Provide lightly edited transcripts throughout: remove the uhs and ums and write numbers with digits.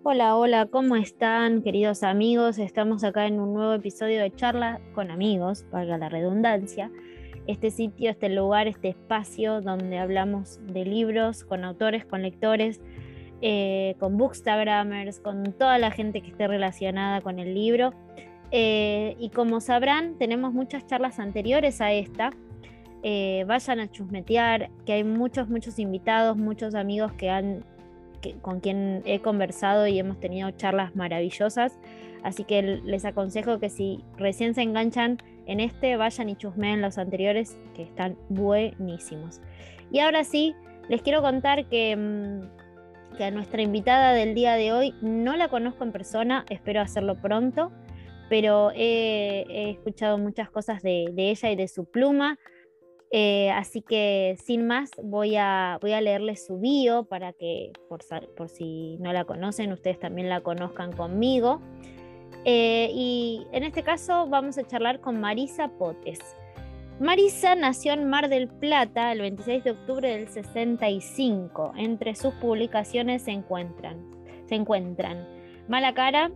Hola, hola, ¿cómo están, queridos amigos? Estamos acá en un nuevo episodio de Charlas con Amigos, valga la redundancia. Este sitio, este lugar, este espacio donde hablamos de libros, con autores, con lectores, con bookstagrammers, con toda la gente que esté relacionada con el libro. Y como sabrán, tenemos muchas charlas anteriores a esta. Vayan a chusmetear, que hay muchos invitados, muchos amigos con quien he conversado y hemos tenido charlas maravillosas, así que les aconsejo que si recién se enganchan en este, vayan y chusmeen los anteriores, que están buenísimos. Y ahora sí, les quiero contar que a nuestra invitada del día de hoy no la conozco en persona, espero hacerlo pronto, pero he escuchado muchas cosas de ella y de su pluma. Así que sin más voy a leerles su bio para que por si no la conocen, ustedes también la conozcan conmigo. Y en este caso vamos a charlar con Marisa Potes. Marisa nació en Mar del Plata el 26 de octubre del 65. Entre sus publicaciones se encuentran Mala Cara,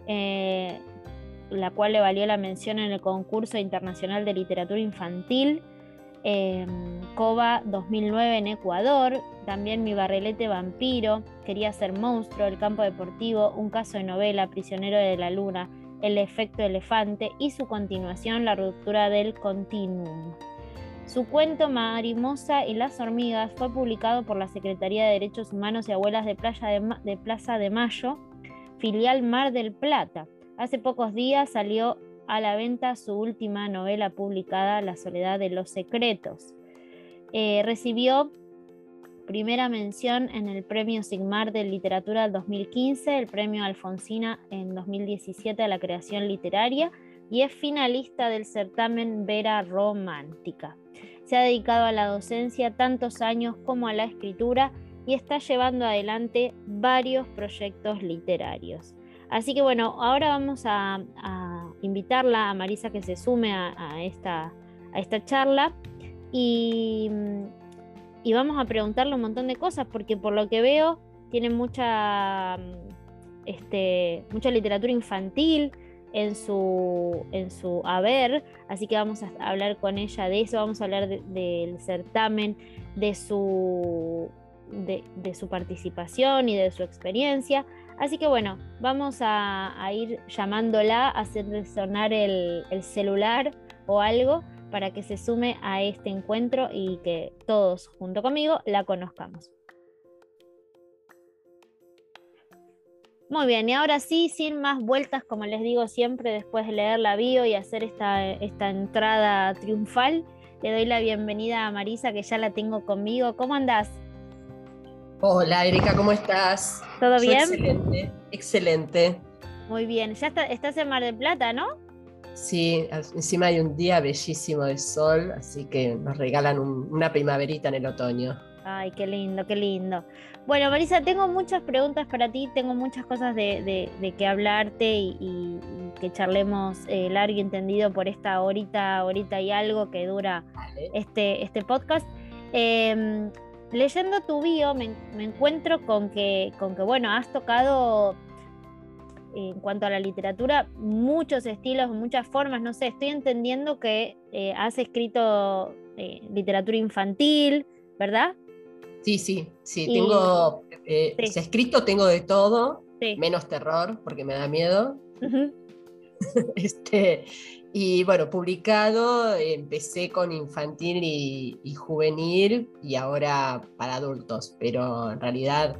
la cual le valió la mención en el concurso internacional de literatura infantil, Cova 2009 en Ecuador, también Mi Barrilete Vampiro, Quería ser monstruo, El campo deportivo, Un caso de novela, Prisionero de la luna, El efecto elefante y su continuación, La ruptura del continuum. Su cuento Marimosa y las hormigas fue publicado por la Secretaría de Derechos Humanos y Abuelas de Plaza de Mayo, filial Mar del Plata. Hace pocos días salió a la venta su última novela publicada, La soledad de los secretos. Recibió primera mención en el Premio Sigmar de Literatura del 2015, el Premio Alfonsina en 2017 a la creación literaria y es finalista del certamen Vera Romántica. Se ha dedicado a la docencia tantos años como a la escritura y está llevando adelante varios proyectos literarios. Así que bueno, ahora vamos a invitarla a Marisa que se sume a esta charla y vamos a preguntarle un montón de cosas porque por lo que veo tiene mucha literatura infantil en su haber, así que vamos a hablar con ella de eso, vamos a hablar del certamen, de su participación y de su experiencia. Así que bueno, vamos a ir llamándola, a hacerle sonar el celular o algo para que se sume a este encuentro y que todos junto conmigo la conozcamos. Muy bien, y ahora sí, sin más vueltas, como les digo siempre, después de leer la bio y hacer esta entrada triunfal, le doy la bienvenida a Marisa, que ya la tengo conmigo. ¿Cómo andás? Hola Erika, ¿cómo estás? ¿Todo Yo bien? excelente, excelente. Muy bien, ya estás en Mar del Plata, ¿no? Sí, encima hay un día bellísimo de sol, así que nos regalan una primaverita en el otoño. Ay, qué lindo, qué lindo. Bueno, Marisa, tengo muchas preguntas para ti, tengo muchas cosas de que hablarte y que charlemos largo y entendido por esta horita y algo que dura Vale. este podcast. Eh, Leyendo tu bio me encuentro con que, bueno, has tocado en cuanto a la literatura muchos estilos, muchas formas, no sé, estoy entendiendo que has escrito literatura infantil, ¿verdad? Sí, Y tengo, sí, si escrito tengo de todo, sí. menos terror, porque me da miedo. Ujú. Este, y bueno, publicado, empecé con infantil y juvenil y ahora para adultos, pero en realidad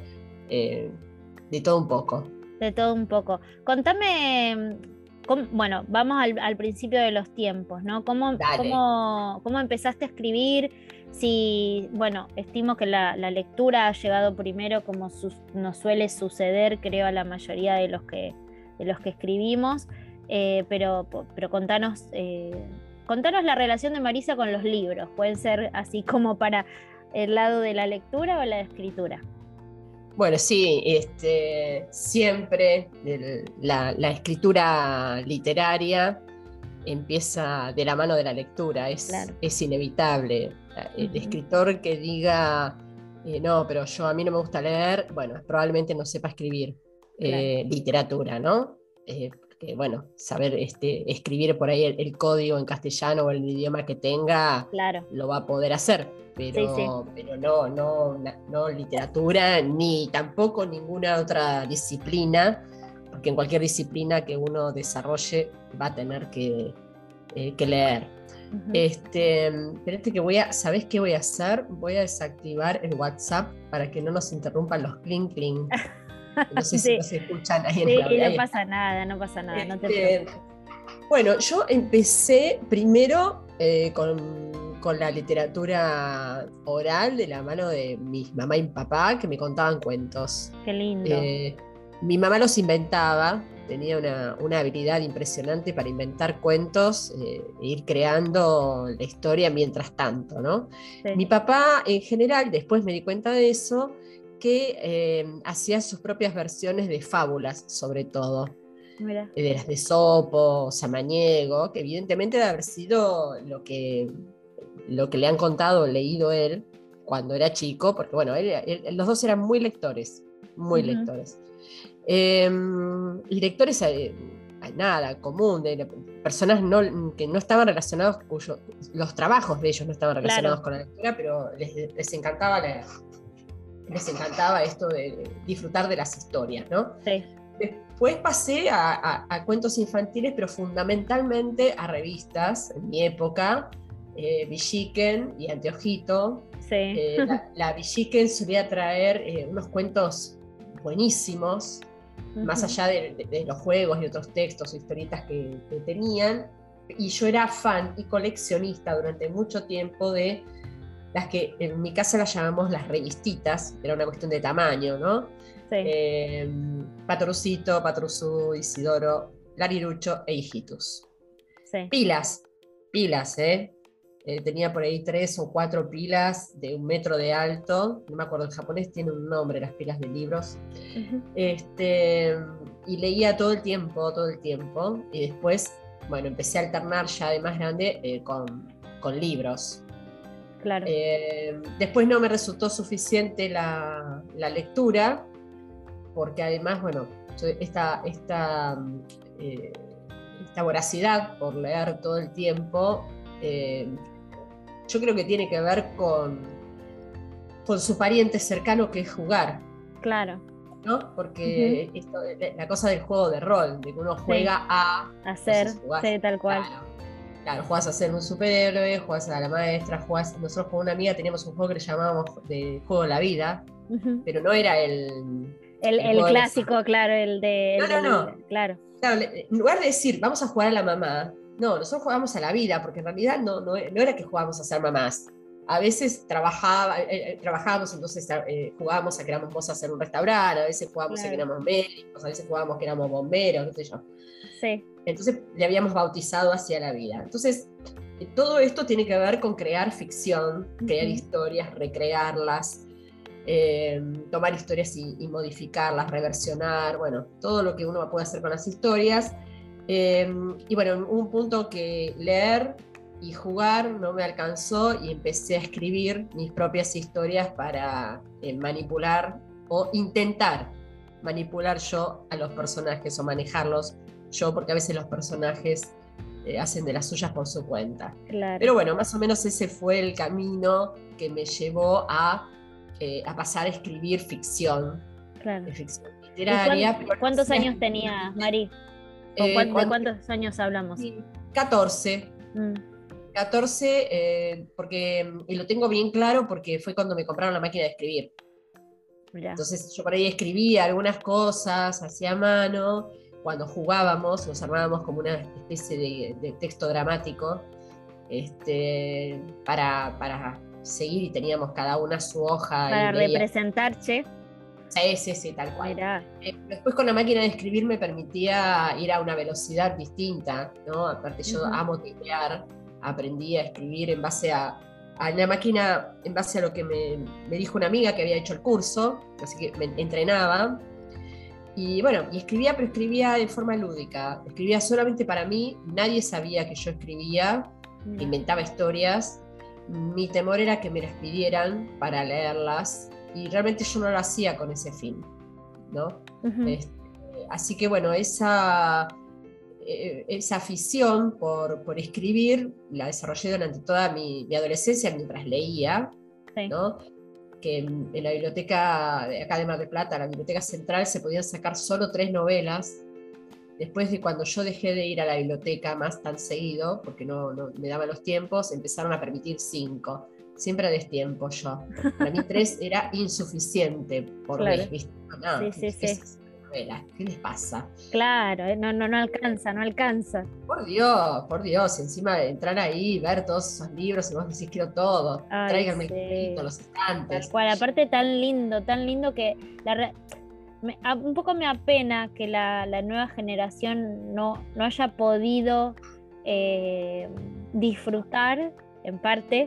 de todo un poco. De todo un poco. Contame, bueno, vamos al principio de los tiempos, ¿no? Dale. ¿Cómo empezaste a escribir? Si, bueno, estimo que la lectura ha llegado primero como nos suele suceder, creo, a la mayoría de los que escribimos, pero contanos la relación de Marisa con los libros. Pueden ser así como para el lado de la lectura o la escritura. Bueno, sí, siempre la escritura literaria empieza de la mano de la lectura, Claro. es inevitable. El Ujú. escritor que diga, no, pero a mí no me gusta leer, bueno, probablemente no sepa escribir. Claro. literatura, ¿no? Porque, bueno, saber escribir por ahí el código en castellano o el idioma que tenga, Claro. lo va a poder hacer, Sí, sí. pero no literatura, ni tampoco ninguna otra disciplina, porque en cualquier disciplina que uno desarrolle va a tener que leer. Ujú. Espérate que ¿sabés qué voy a hacer? Voy a desactivar el WhatsApp para que no nos interrumpan los clink clink. No sé si Sí, nos escuchan ahí en sí, la no ahí está. pasa nada, no pasa nada, no te Este, preocupes. bueno, yo empecé primero con la literatura oral de la mano de mi mamá y mi papá, que me contaban cuentos. Qué lindo. Eh, Mi mamá los inventaba, tenía una habilidad impresionante para inventar cuentos e ir creando la historia mientras tanto, ¿no? Sí, Mi papá, en general, después me di cuenta de eso, que hacía sus propias versiones de fábulas, sobre todo mira, de las de Sopo, Samaniego, que evidentemente debe haber sido lo que le han contado o leído él cuando era chico, porque bueno, los dos eran muy lectores, muy ujú, lectores. Y lectores nada, común, de personas que no estaban relacionados, los trabajos de ellos no estaban relacionados claro, con la lectura, pero les encantaba leer. Les encantaba esto de disfrutar de las historias, ¿no? sí, Después pasé a cuentos infantiles, pero fundamentalmente a revistas, en mi época, Villiquen y Anteojito. sí, La Villiquen solía traer unos cuentos buenísimos, más ujú, allá de los juegos y otros textos o historietas que tenían. Y yo era fan y coleccionista durante mucho tiempo de las que en mi casa las llamamos las revistitas, era una cuestión de tamaño, ¿no? sí, Patroncito, Patrusú, Isidoro, Larirucho e Hijitus. sí, Pilas, pilas, ¿eh? Tenía por ahí 3 o 4 pilas de 1 metro de alto, no me acuerdo, en japonés tiene un nombre las pilas de libros, ujú, y leía todo el tiempo, y después, bueno, empecé a alternar ya de más grande con libros. claro, Después no me resultó suficiente la lectura, porque además, bueno, eh, esta voracidad por leer todo el tiempo, eh, yo creo que tiene que ver con su pariente cercano que es jugar, claro, ¿no? ujú, Porque la cosa del juego de rol, de que uno sí, juega a, hacer, entonces jugás, sí, tal cual, claro, claro, jugás a ser un superhéroe, jugás a la maestra, nosotros con una amiga teníamos un juego que le llamábamos de juego de la vida, ujú. pero no era el El juego de mesa. clásico, claro, No, no, no. claro, Claro, en lugar de decir, vamos a jugar a la mamá, no, nosotros jugábamos a la vida, porque en realidad no era que jugábamos a ser mamás. A veces trabajábamos, entonces jugábamos a que éramos mozas en un restaurante, a veces jugábamos a que claro, éramos médicos, a veces jugábamos que éramos bomberos, qué sé yo. sí, Entonces le habíamos bautizado hacia la vida. Entonces, todo esto tiene que ver con crear ficción, crear ujú, historias, recrearlas, tomar historias y modificarlas, reversionar, bueno, todo lo que uno puede hacer con las historias. Y bueno, un punto que leer y jugar no me alcanzó y empecé a escribir mis propias historias para manipular o intentar manipular yo a los personajes o manejarlos yo, porque a veces los personajes hacen de las suyas por su cuenta. claro, Pero bueno, más o menos ese fue el camino que me llevó a pasar a escribir ficción, claro. ficción ¿Y literaria. Pero no cuántos hacía años tenías, Mari? ¿De cuando, cuántos años hablamos? 14, Mm, 14 y lo tengo bien claro porque fue cuando me compraron la máquina de escribir. ya, Entonces yo por ahí escribía algunas cosas, hacía mano, cuando jugábamos nos armábamos como una especie de texto dramático para seguir y teníamos cada una su hoja y para leía. representar, che, Sí, tal cual. mirá, Después con la máquina de escribir me permitía ir a una velocidad distinta, ¿no? Aparte yo ujú, amo tipear, aprendí a escribir en base a la máquina, en base a lo que me dijo una amiga que había hecho el curso, así que me entrenaba. Y bueno, y escribía, pero escribía de forma lúdica, escribía solamente para mí, nadie sabía que yo escribía, mirá, inventaba historias, mi temor era que me las pidieran para leerlas y realmente yo no lo hacía con ese fin, ¿no? ujú, Así que bueno, esa afición por escribir la desarrollé durante toda mi adolescencia mientras leía, Sí. ¿no? Que en la biblioteca de acá de Mar del Plata, la biblioteca central, se podían sacar solo 3 novelas. Después de cuando yo dejé de ir a la biblioteca más tan seguido, porque no me daban los tiempos, empezaron a permitir 5. Siempre a destiempo yo. Para mí 3 era insuficiente por Claro. vez, ¿viste? No, Sí. ¿qué les pasa? Claro, no alcanza. Por Dios, encima entrar ahí, ver todos esos libros y vos decís quiero todo, Ay, tráiganme sí. el librito, los estantes. Tal cual, aparte tan lindo que un poco me apena que la nueva generación no haya podido disfrutar, en parte,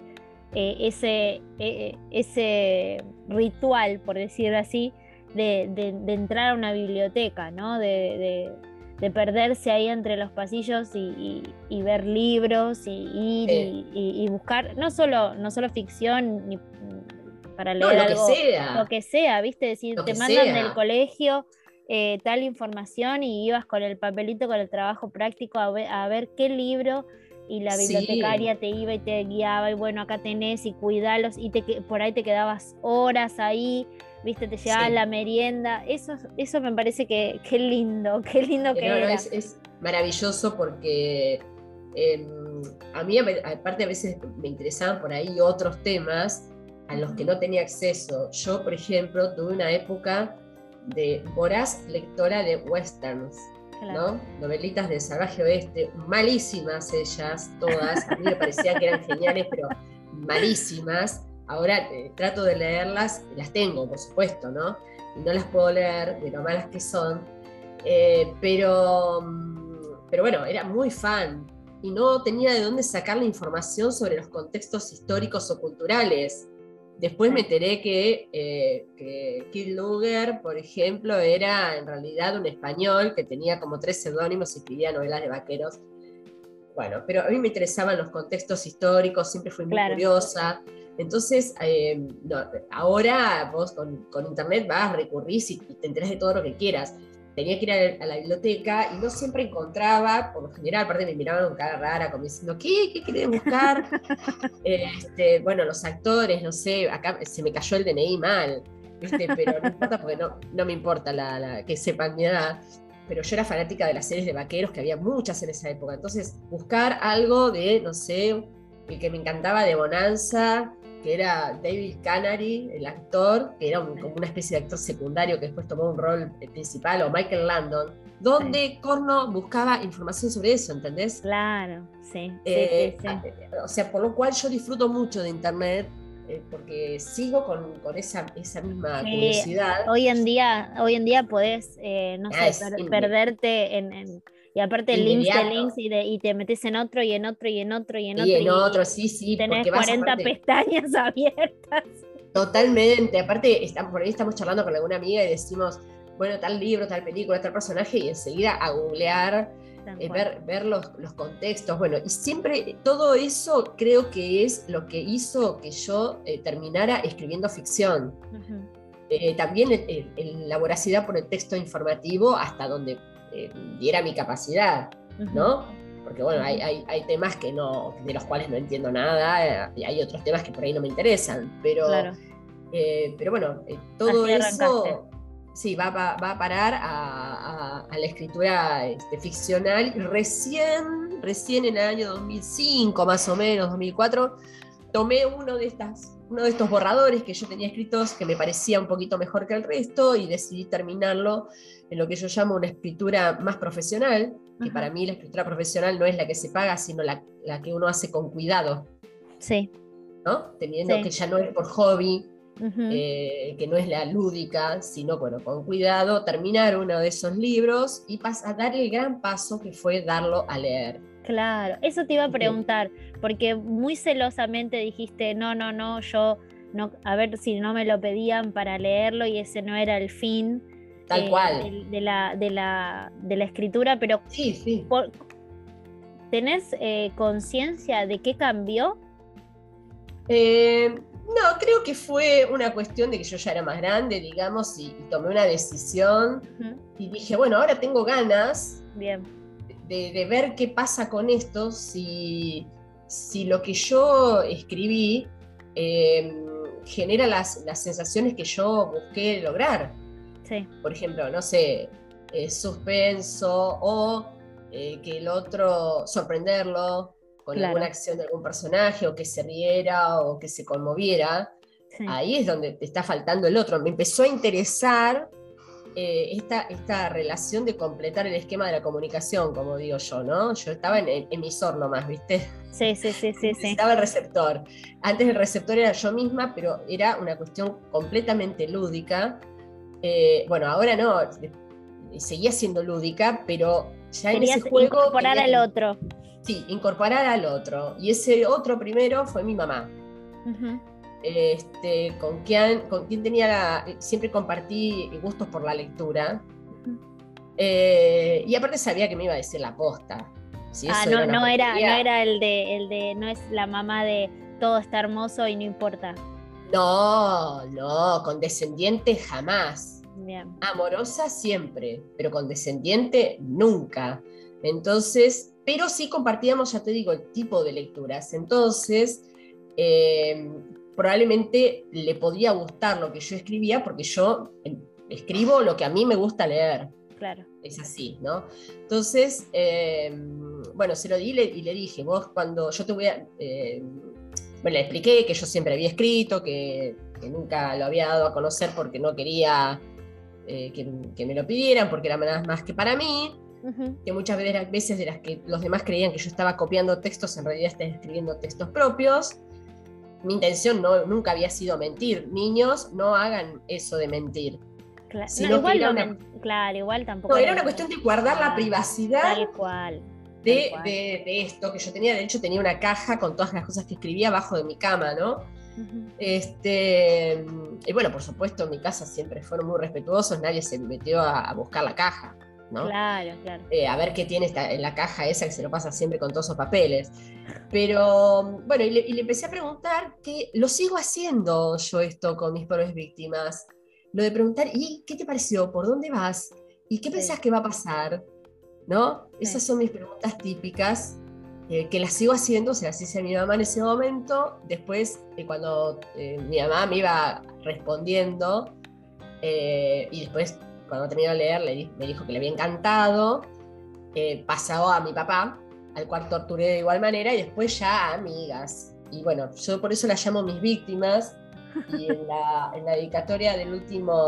ese ritual, por decirlo así, de entrar a una biblioteca, ¿no? De perderse ahí entre los pasillos y ver libros y ir y buscar no solo ficción ni para No, leer lo que algo, sea. lo que sea, ¿viste? Decir, Lo te que mandan del sea. colegio tal información y ibas con el papelito, con el trabajo práctico a ver qué libro, y la Sí. bibliotecaria te iba y te guiaba y bueno, acá tenés y cuidalos, y por ahí te quedabas horas ahí, ¿viste? Te llevabas Sí. la merienda. Eso me parece que qué lindo que No, era. es maravilloso porque a mí, aparte, a veces me interesaban por ahí otros temas a los que no tenía acceso. Yo, por ejemplo, tuve una época de voraz lectora de westerns, Claro. ¿no? Novelitas del salvaje oeste, malísimas ellas, todas. A mí me parecían que eran geniales, pero malísimas. Ahora trato de leerlas, las tengo, por supuesto, ¿no? Y no las puedo leer de lo malas que son. Pero bueno, era muy fan y no tenía de dónde sacar la información sobre los contextos históricos o culturales. Después me enteré que Kid Luger, por ejemplo, era en realidad un español que tenía como 3 seudónimos y escribía novelas de vaqueros. Bueno, pero a mí me interesaban los contextos históricos, siempre fui muy curiosa. Entonces, ahora vos con internet vas, recurrís y te enterás de todo lo que quieras. Tenía que ir a la biblioteca y no siempre encontraba, por lo general, aparte me miraban con cara rara, como diciendo, ¿qué querés buscar? Bueno, los actores, no sé, acá se me cayó el DNI mal, ¿viste? Pero no importa porque no me importa que sepan mi edad. Pero yo era fanática de las series de vaqueros, que había muchas en esa época. Entonces, buscar algo de, no sé, el que me encantaba de Bonanza, que era David Canary, el actor, que era como una especie de actor secundario que después tomó un rol principal, o Michael Landon, donde Corno buscaba información sobre eso, ¿entendés? Claro, sí. O sea, por lo cual yo disfruto mucho de internet, porque sigo con esa misma curiosidad. Hoy en día podés, no sé, perderte y aparte links y te metes en otro y en otro y en otro y en otro. Y en otro, sí, tenés porque 40 pestañas abiertas. Totalmente, aparte por ahí estamos charlando con alguna amiga y decimos, bueno, tal libro, tal película, tal personaje, y enseguida a googlear, ver los contextos, bueno, y siempre todo eso creo que es lo que hizo que yo terminara escribiendo ficción. También la voracidad por el texto informativo hasta donde diera mi capacidad, ¿no? Porque bueno, hay temas de los cuales no entiendo nada, y hay otros temas que por ahí no me interesan, pero bueno, todo así eso sí, va a parar a la escritura ficcional. Recién en el año 2005, más o menos, 2004, tomé uno de estos borradores que yo tenía escritos que me parecía un poquito mejor que el resto y decidí terminarlo en lo que yo llamo una escritura más profesional, que para mí la escritura profesional no es la que se paga, sino la que uno hace con cuidado. Sí. ¿No? Teniendo que ya no es por hobby, que no es la lúdica, sino bueno, con cuidado, terminar uno de esos libros y a dar el gran paso que fue darlo a leer. Claro, eso te iba a preguntar, porque muy celosamente dijiste, no, yo, no, a ver si no me lo pedían para leerlo y ese no era el fin tal cual de la escritura, pero sí. ¿Tenés conciencia de qué cambió? No, creo que fue una cuestión de que yo ya era más grande, digamos, y tomé una decisión y dije, bueno, ahora tengo ganas Bien. de ver qué pasa con esto, si lo que yo escribí genera las sensaciones que yo busqué lograr. Sí. Por ejemplo, no sé, suspenso o que el otro sorprenderlo con alguna acción de algún personaje, o que se riera o que se conmoviera. Sí. Ahí es donde te está faltando el otro. Me empezó a interesar esta relación de completar el esquema de la comunicación, como digo yo, ¿no? Yo estaba en emisor nomás, ¿viste? Sí. Estaba el receptor. Antes el receptor era yo misma, pero era una cuestión completamente lúdica. Bueno, ahora no, seguía siendo lúdica, pero ya querías en ese juego... incorporar al otro. Sí, incorporar al otro. Y ese otro primero fue mi mamá. Con quien tenía siempre compartí gustos por la lectura. Y aparte sabía que me iba a decir la posta. Si eso no era el de no es la mamá de todo está hermoso y no importa. No, condescendiente jamás. Bien. Amorosa siempre, pero condescendiente nunca. Entonces, pero sí compartíamos, ya te digo, el tipo de lecturas. Entonces, probablemente le podía gustar lo que yo escribía, porque yo escribo lo que a mí me gusta leer. Claro. Es así, ¿no? Entonces, bueno, se lo di y le dije, vos cuando yo te voy a... bueno, le expliqué que yo siempre había escrito, que nunca lo había dado a conocer porque no quería que me lo pidieran, porque era más que para mí, que muchas veces de las que los demás creían que yo estaba copiando textos, en realidad estaba escribiendo textos propios. Mi intención nunca había sido mentir. Niños, no hagan eso de mentir. Claro, igual tampoco. No, era una cuestión de guardar la privacidad. Tal cual. De esto que yo tenía. De hecho, tenía una caja con todas las cosas que escribía abajo de mi cama, ¿no? Y bueno, por supuesto, en mi casa siempre fueron muy respetuosos, nadie se metió a buscar la caja, ¿no? Claro. A ver qué tiene en la caja esa que se lo pasa siempre con todos esos papeles. Pero bueno, y le empecé a preguntar, que lo sigo haciendo yo esto con mis pobres víctimas, lo de preguntar, ¿y qué te pareció? ¿Por dónde vas? ¿Y qué pensás que va a pasar? ¿No? Esas son mis preguntas típicas, que las sigo haciendo, se las hice a mi mamá en ese momento. Después, cuando mi mamá me iba respondiendo, y después, cuando terminó de leer, me dijo que le había encantado, pasó a mi papá, al cual torturé de igual manera, y después ya a amigas. Y bueno, yo por eso las llamo mis víctimas, y en la dedicatoria del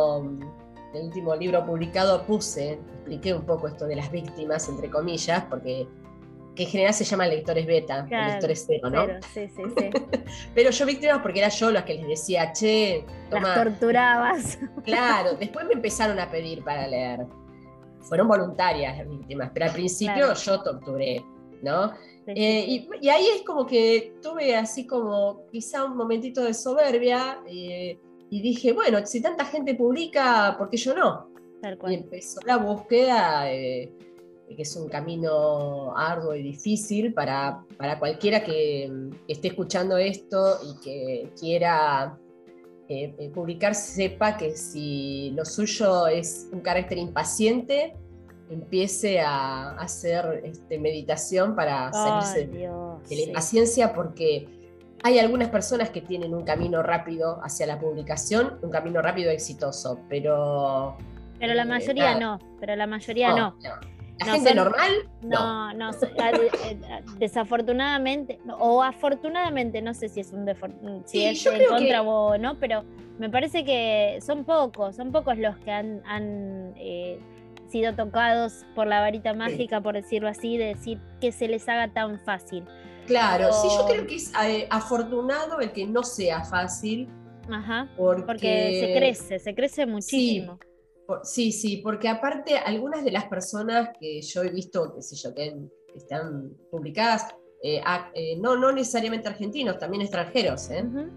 último libro publicado expliqué un poco esto de las víctimas, entre comillas, porque que en general se llaman lectores beta, claro, lectores cero, ¿no? Sí. Pero yo víctimas porque era yo la que les decía, che, tomá. Las torturabas. Claro, después me empezaron a pedir para leer. Fueron voluntarias las víctimas, pero al principio yo torturé, ¿no? Sí. Y ahí es como que tuve así como quizá un momentito de soberbia, y dije, bueno, si tanta gente publica, ¿por qué yo no? Tal cual. Y empezó la búsqueda, que es un camino arduo y difícil para cualquiera que esté escuchando esto y que quiera publicar, sepa que si lo suyo es un carácter impaciente, empiece a hacer meditación para salirse de la impaciencia, porque hay algunas personas que tienen un camino rápido hacia la publicación, un camino rápido exitoso, pero la mayoría no. ¿La gente normal? No, desafortunadamente, o afortunadamente, no sé si es si es en contra o no, pero me parece que son pocos los que han sido tocados por la varita mágica, por decirlo así, de decir que se les haga tan fácil. Claro, sí, yo creo que es afortunado el que no sea fácil. Ajá, porque se crece muchísimo. Sí, porque aparte algunas de las personas que yo he visto, qué sé yo, que están publicadas, no necesariamente argentinos, también extranjeros,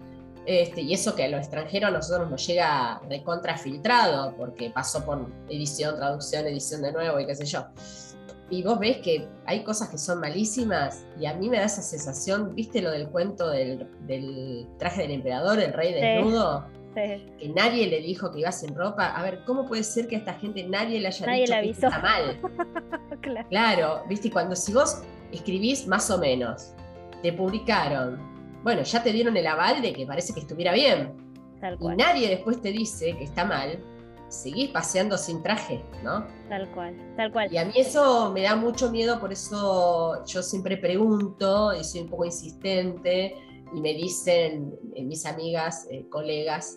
y eso que a los extranjeros a nosotros nos llega recontrafiltrado, porque pasó por edición, traducción, edición de nuevo y qué sé yo. Y vos ves que hay cosas que son malísimas y a mí me da esa sensación, ¿viste lo del cuento del traje del emperador, el rey desnudo? Sí. Que nadie le dijo que iba sin ropa. A ver, ¿cómo puede ser que a esta gente nadie le haya Nadie dicho le que avisó. está mal? Claro. Claro, ¿viste? Cuando si vos escribís más o menos, te publicaron, bueno, ya te dieron el aval de que parece que estuviera bien. Tal Y cual. nadie después te dice que está mal, seguís paseando sin traje, ¿no? Tal cual, tal cual. Y a mí eso me da mucho miedo, por eso yo siempre pregunto y soy un poco insistente y me dicen mis amigas, colegas,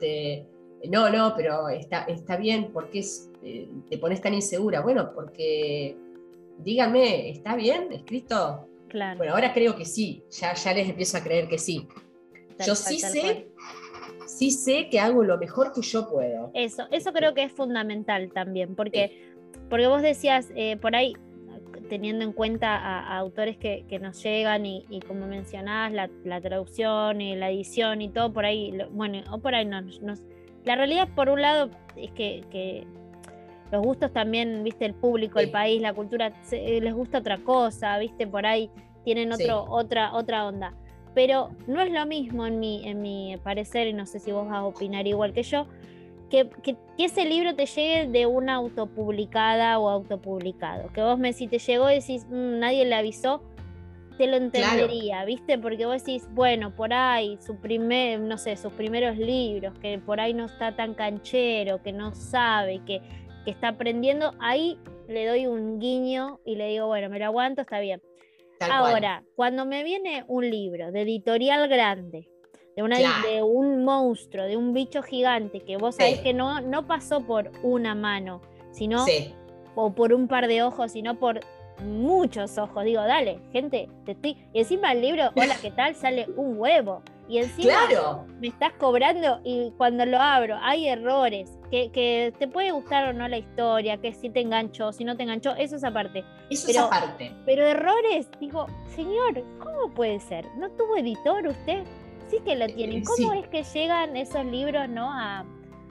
no, pero está bien, ¿por qué te pones tan insegura? Bueno, porque díganme, ¿está bien escrito? Claro. Bueno, ahora creo que sí, ya les empiezo a creer que sí. Tal Yo cual, sí tal sé cual. sí sé que hago lo mejor que yo puedo. Eso creo que es fundamental también, porque vos decías, por ahí, teniendo en cuenta a autores que nos llegan y como mencionabas, la traducción y la edición y todo, por ahí, bueno, o por ahí la realidad, por un lado, es que los gustos también, viste, el público, el país, la cultura, les gusta otra cosa, viste, por ahí tienen otra onda. Pero no es lo mismo en mi parecer, y no sé si vos vas a opinar igual que yo, que ese libro te llegue de una autopublicada o autopublicado. Que vos si te llegó y decís, nadie le avisó, te lo entendería, claro. ¿Viste? Porque vos decís, bueno, por ahí, sus primeros libros, que por ahí no está tan canchero, que no sabe, que está aprendiendo, ahí le doy un guiño y le digo, bueno, me lo aguanto, está bien. Ahora, cuando me viene un libro de editorial grande, de un monstruo, de un bicho gigante, que vos sabés que no pasó por una mano, sino o por un par de ojos, sino por muchos ojos. Digo, dale, gente, y encima el libro, hola, ¿qué tal? Sale un huevo. Y encima me estás cobrando y cuando lo abro hay errores, que te puede gustar o no la historia, que si te enganchó, si no te enganchó, eso es aparte. Pero errores, digo, señor, ¿cómo puede ser? ¿No tuvo editor usted? Sí que lo tienen. ¿Cómo es que llegan esos libros, no, a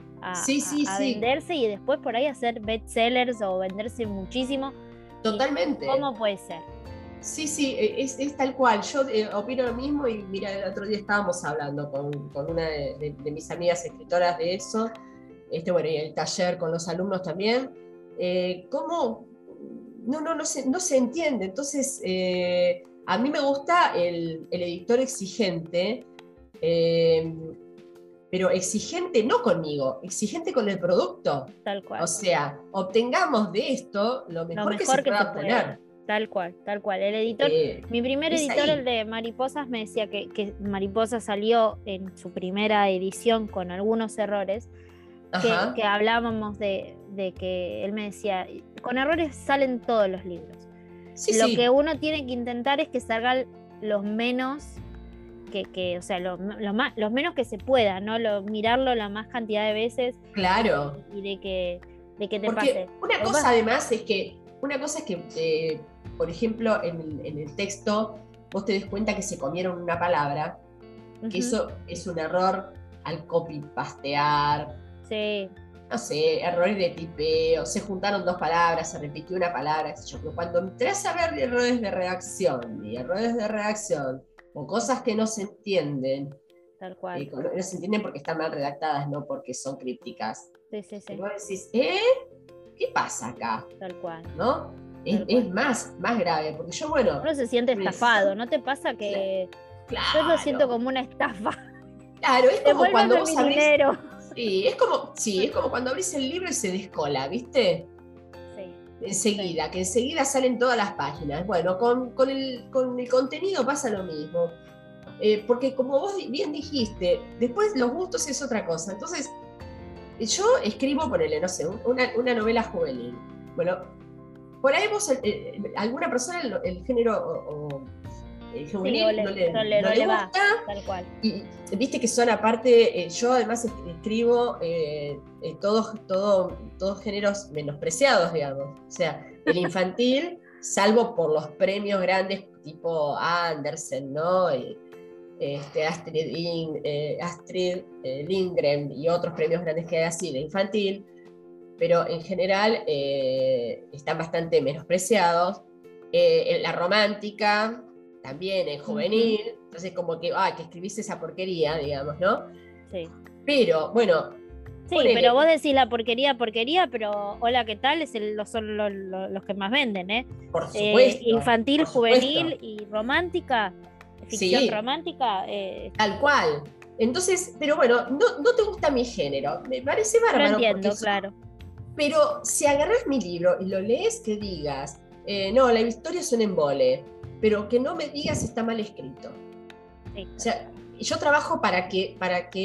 venderse y después por ahí hacer bestsellers o venderse muchísimo? Totalmente. ¿Cómo puede ser? Sí, es tal cual. Yo opino lo mismo y mira, el otro día estábamos hablando con una de mis amigas escritoras de eso, bueno, y el taller con los alumnos también. ¿Cómo? No se entiende. Entonces, a mí me gusta el editor exigente, pero exigente no conmigo, exigente con el producto. Tal cual. O sea, obtengamos de esto lo mejor que se pueda obtener. Tal cual. El editor, mi primer editor, el de Mariposas, me decía que Mariposas salió en su primera edición con algunos errores, que hablábamos de que él me decía, con errores salen todos los libros. Lo que uno tiene que intentar es que salgan los menos, o sea, los menos que se pueda, ¿no? Mirarlo la más cantidad de veces. Claro. Y de que te porque pase. Una cosa además es que, por ejemplo, en el texto, vos te des cuenta que se comieron una palabra, que eso es un error al copy-pastear. Sí. No sé, errores de tipeo, se juntaron dos palabras, se repitió una palabra, pero cuando entras a ver errores de redacción, o cosas que no se entienden, tal cual. No se entienden porque están mal redactadas, no porque son crípticas. Sí. Y vos decís, ¿qué pasa acá? Tal cual. ¿No? Es más grave, porque yo, bueno... Uno se siente estafado, ¿no te pasa que...? Claro. Yo lo siento como una estafa. Claro, es como cuando vos abrís... dinero. Sí, es como cuando abrís el libro y se descola, ¿viste? Enseguida, que enseguida salen todas las páginas. Bueno, con el contenido pasa lo mismo. Porque como vos bien dijiste, después los gustos es otra cosa. Entonces, yo escribo, ponele, no sé, una novela juvenil. Bueno, por ahí vos, alguna persona, el género el juvenil no le gusta. Tal cual. Y viste que son aparte, yo además escribo todos géneros menospreciados, digamos. O sea, el infantil, salvo por los premios grandes tipo Andersen, ¿no? Astrid Lindgren y otros premios grandes que hay así de infantil, pero en general están bastante menospreciados. La romántica también es juvenil, entonces como que escribís esa porquería, digamos, ¿no? Sí. Pero, bueno. Sí, pero vos decís la porquería, pero Hola, ¿qué tal? Son los que más venden, ¿eh? Por supuesto. Infantil, por supuesto. juvenil y romántica, ficción romántica. Tal cual. Entonces, pero bueno, no te gusta mi género. Me parece bárbaro. Lo entiendo, claro. Pero si agarras mi libro y lo lees, que digas, no, la historia es un embole, pero que no me digas si está mal escrito. Sí. O sea, yo trabajo para que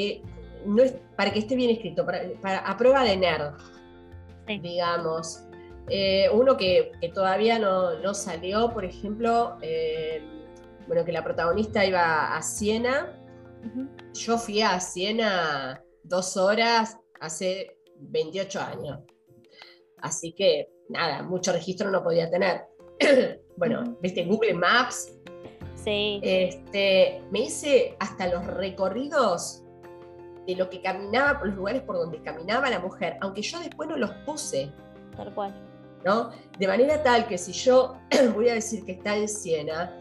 esté bien escrito, a prueba de nerd, digamos. Uno que todavía no salió, por ejemplo, que la protagonista iba a Siena. Yo fui a Siena 2 horas hace 28 años. Así que, nada, mucho registro no podía tener. Bueno, ¿viste? Google Maps. Sí. Me hice hasta los recorridos de lo que caminaba, por los lugares por donde caminaba la mujer, aunque yo después no los puse. Tal cual. ¿No? De manera tal que si yo voy a decir que está en Siena,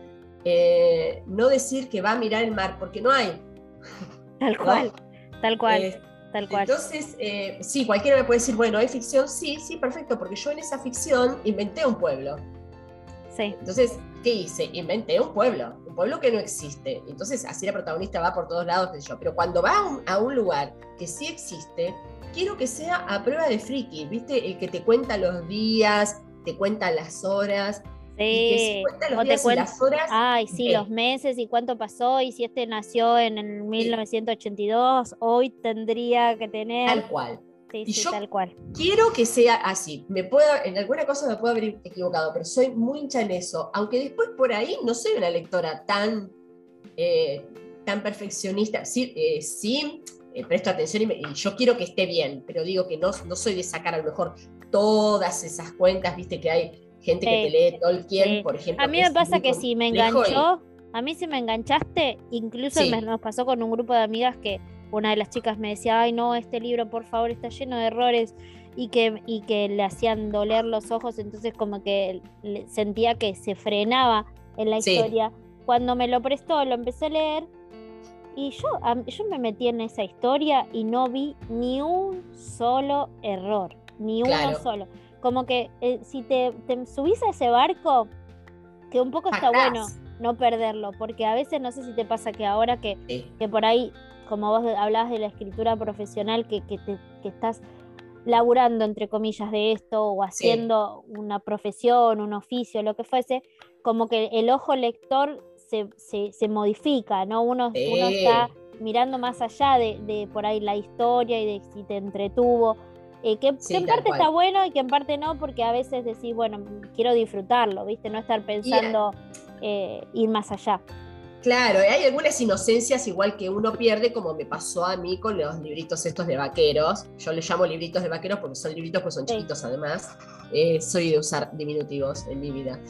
no decir que va a mirar el mar, porque no hay. Tal cual, ¿no? Tal cual. Tal cual. Entonces, sí, cualquiera me puede decir, bueno, ¿hay ficción? Sí, perfecto, porque yo en esa ficción inventé un pueblo. Sí. Entonces, ¿qué hice? Inventé un pueblo que no existe. Entonces, así la protagonista va por todos lados, qué sé yo. Pero cuando va a un lugar que sí existe, quiero que sea a prueba de friki, ¿viste? El que te cuenta los días, te cuenta las horas. Sí. Y que si cuenta los días y las horas. Ay, sí, los meses y cuánto pasó, y si este nació en el 1982, hoy tendría que tener. Tal cual. Sí, y yo tal cual. Quiero que sea así. En alguna cosa me puedo haber equivocado, pero soy muy hincha en eso. Aunque después por ahí no soy una lectora tan perfeccionista. Sí, presto atención y yo quiero que esté bien, pero digo que no soy de sacar a lo mejor todas esas cuentas, viste que hay gente que te lee Tolkien, por ejemplo. A mí me pasa que si me enganchó, a mí si me enganchaste, incluso nos pasó con un grupo de amigas que una de las chicas me decía, ay no, este libro por favor está lleno de errores, y que le hacían doler los ojos, entonces como que sentía que se frenaba en la historia. Cuando me lo prestó, lo empecé a leer, y yo me metí en esa historia y no vi ni un solo error, ni uno solo. Como que si te subís a ese barco, que un poco está bueno no perderlo, porque a veces no sé si te pasa que ahora que por ahí, como vos hablabas de la escritura profesional, que estás laburando entre comillas de esto o haciendo una profesión, un oficio, lo que fuese, como que el ojo lector se modifica, ¿no? Uno está mirando más allá de por ahí la historia y de si te entretuvo. Que en parte está bueno y que en parte no, porque a veces decís, bueno, quiero disfrutarlo, ¿viste? No estar pensando ir más allá. Claro, hay algunas inocencias igual que uno pierde, como me pasó a mí con los libritos estos de vaqueros. Yo les llamo libritos de vaqueros porque son libritos, pues son chiquitos además. Soy de usar diminutivos en mi vida.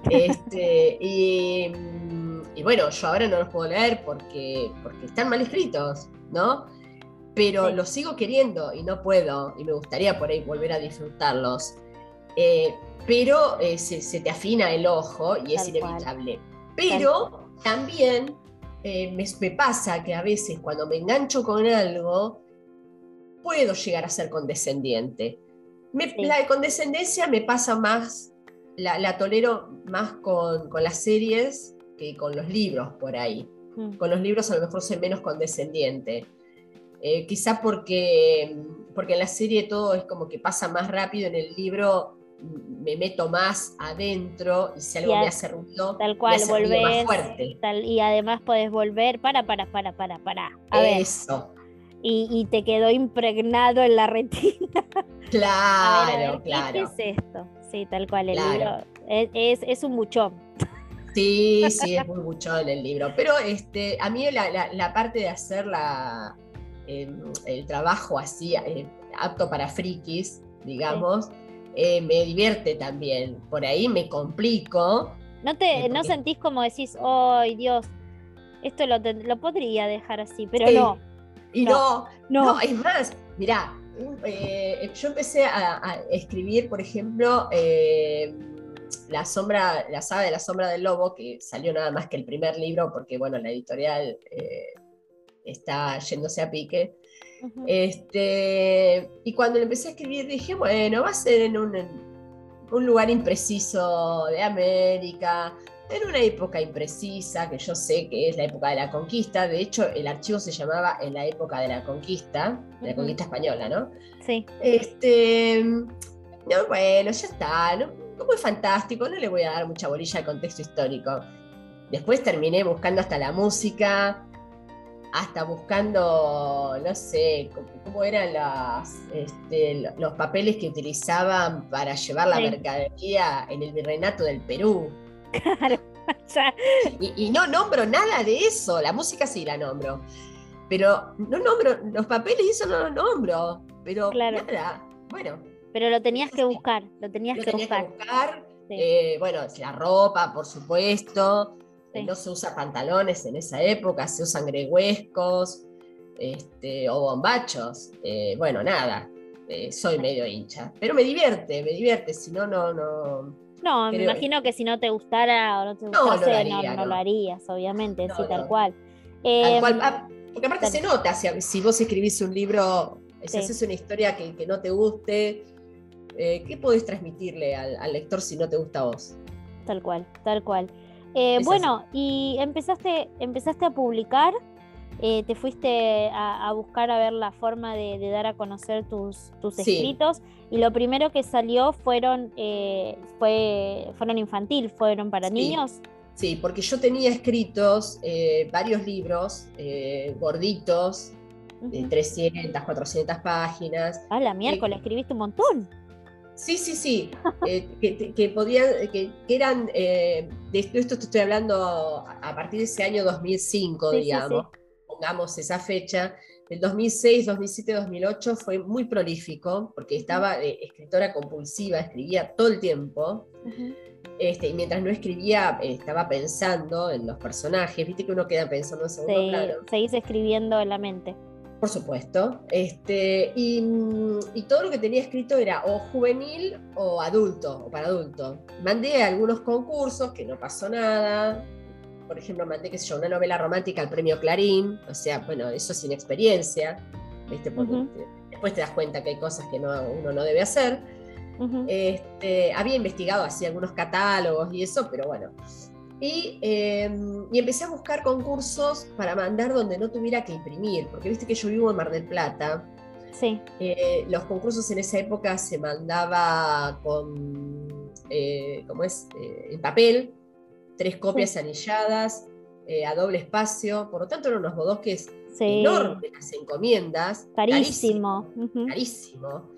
Y bueno, yo ahora no los puedo leer porque están mal escritos, ¿no? Pero los sigo queriendo y no puedo, y me gustaría por ahí volver a disfrutarlos. Pero se te afina el ojo y es inevitable. Pero también me pasa que a veces cuando me engancho con algo, puedo llegar a ser condescendiente. La condescendencia me pasa más, la tolero más con las series que con los libros por ahí. Con los libros a lo mejor soy menos condescendiente. Quizá porque en la serie todo es como que pasa más rápido, en el libro me meto más adentro y si algo me hace ruido, tal cual, me hace ruido más fuerte. Y además podés volver, para. A eso. Ver. Y te quedó impregnado en la retina. Claro, a ver, claro. ¿Qué es esto? Sí, tal cual, el libro es un buchón. Sí, es muy buchón el libro. Pero a mí la parte de hacer el trabajo así, apto para frikis, digamos, me divierte también. Por ahí me complico. ¿No sentís como decís, ¡ay, Dios! Esto lo podría dejar así, pero no. Y no, es más, mirá, Yo empecé a escribir, por ejemplo, la saga de la sombra del lobo, que salió nada más que el primer libro, porque bueno, la editorial está yéndose a pique. Uh-huh. Y cuando le empecé a escribir dije, bueno, va a ser en un lugar impreciso de América, en una época imprecisa, que yo sé que es la época de la conquista. De hecho, el archivo se llamaba En la época de la conquista española, ¿no? Sí. No, bueno, ya está, no muy fantástico, no le voy a dar mucha bolilla al contexto histórico. Después terminé buscando hasta la música, hasta buscando, no sé, cómo eran los papeles que utilizaban para llevar la mercadería en el virreinato del Perú. Claro. Y no nombro nada de eso, la música sí la nombro, pero no nombro, los papeles y eso no lo nombro, pero claro. nada, bueno. Pero lo tenías que buscar, lo tenías que buscar. Sí. Bueno, la ropa, por supuesto. Sí. No se usa pantalones en esa época, se usan gregüescos o bombachos. Bueno, nada, soy medio hincha. Pero me divierte, si no, no. No, me imagino que si no te gustara o no te gustase, no lo harías, obviamente, sí, tal cual. Tal cual, porque aparte se nota, si vos escribís un libro, si haces una historia que no te guste, ¿qué podés transmitirle al lector si no te gusta a vos? Tal cual. Bueno, así. Y empezaste a publicar, te fuiste a buscar a ver la forma de dar a conocer tus escritos, y lo primero que salió fueron infantil, fueron para niños. Sí, porque yo tenía escritos varios libros gorditos, de 300, 400 páginas. Ah, la miércoles, escribiste un montón. Sí. que eran, de esto te estoy hablando a partir de ese año 2005, digamos, pongamos esa fecha. El 2006, 2007, 2008 fue muy prolífico, porque estaba escritora compulsiva, escribía todo el tiempo. Y mientras no escribía, estaba pensando en los personajes. Viste que uno queda pensando en segundo plano. Seguís escribiendo en la mente. Por supuesto. Y todo lo que tenía escrito era o juvenil o adulto, o para adulto. Mandé algunos concursos que no pasó nada. Por ejemplo, mandé, qué sé yo, una novela romántica al premio Clarín. O sea, bueno, eso sin experiencia. ¿Viste? Porque después te das cuenta que hay cosas que uno no debe hacer. Había investigado así algunos catálogos y eso, pero bueno. Y empecé a buscar concursos para mandar donde no tuviera que imprimir, porque viste que yo vivo en Mar del Plata. Sí. Los concursos en esa época se mandaba con, en papel, 3 copias anilladas, a doble espacio, por lo tanto eran unos bodosques enormes, las encomiendas. Carísimo. Carísimo.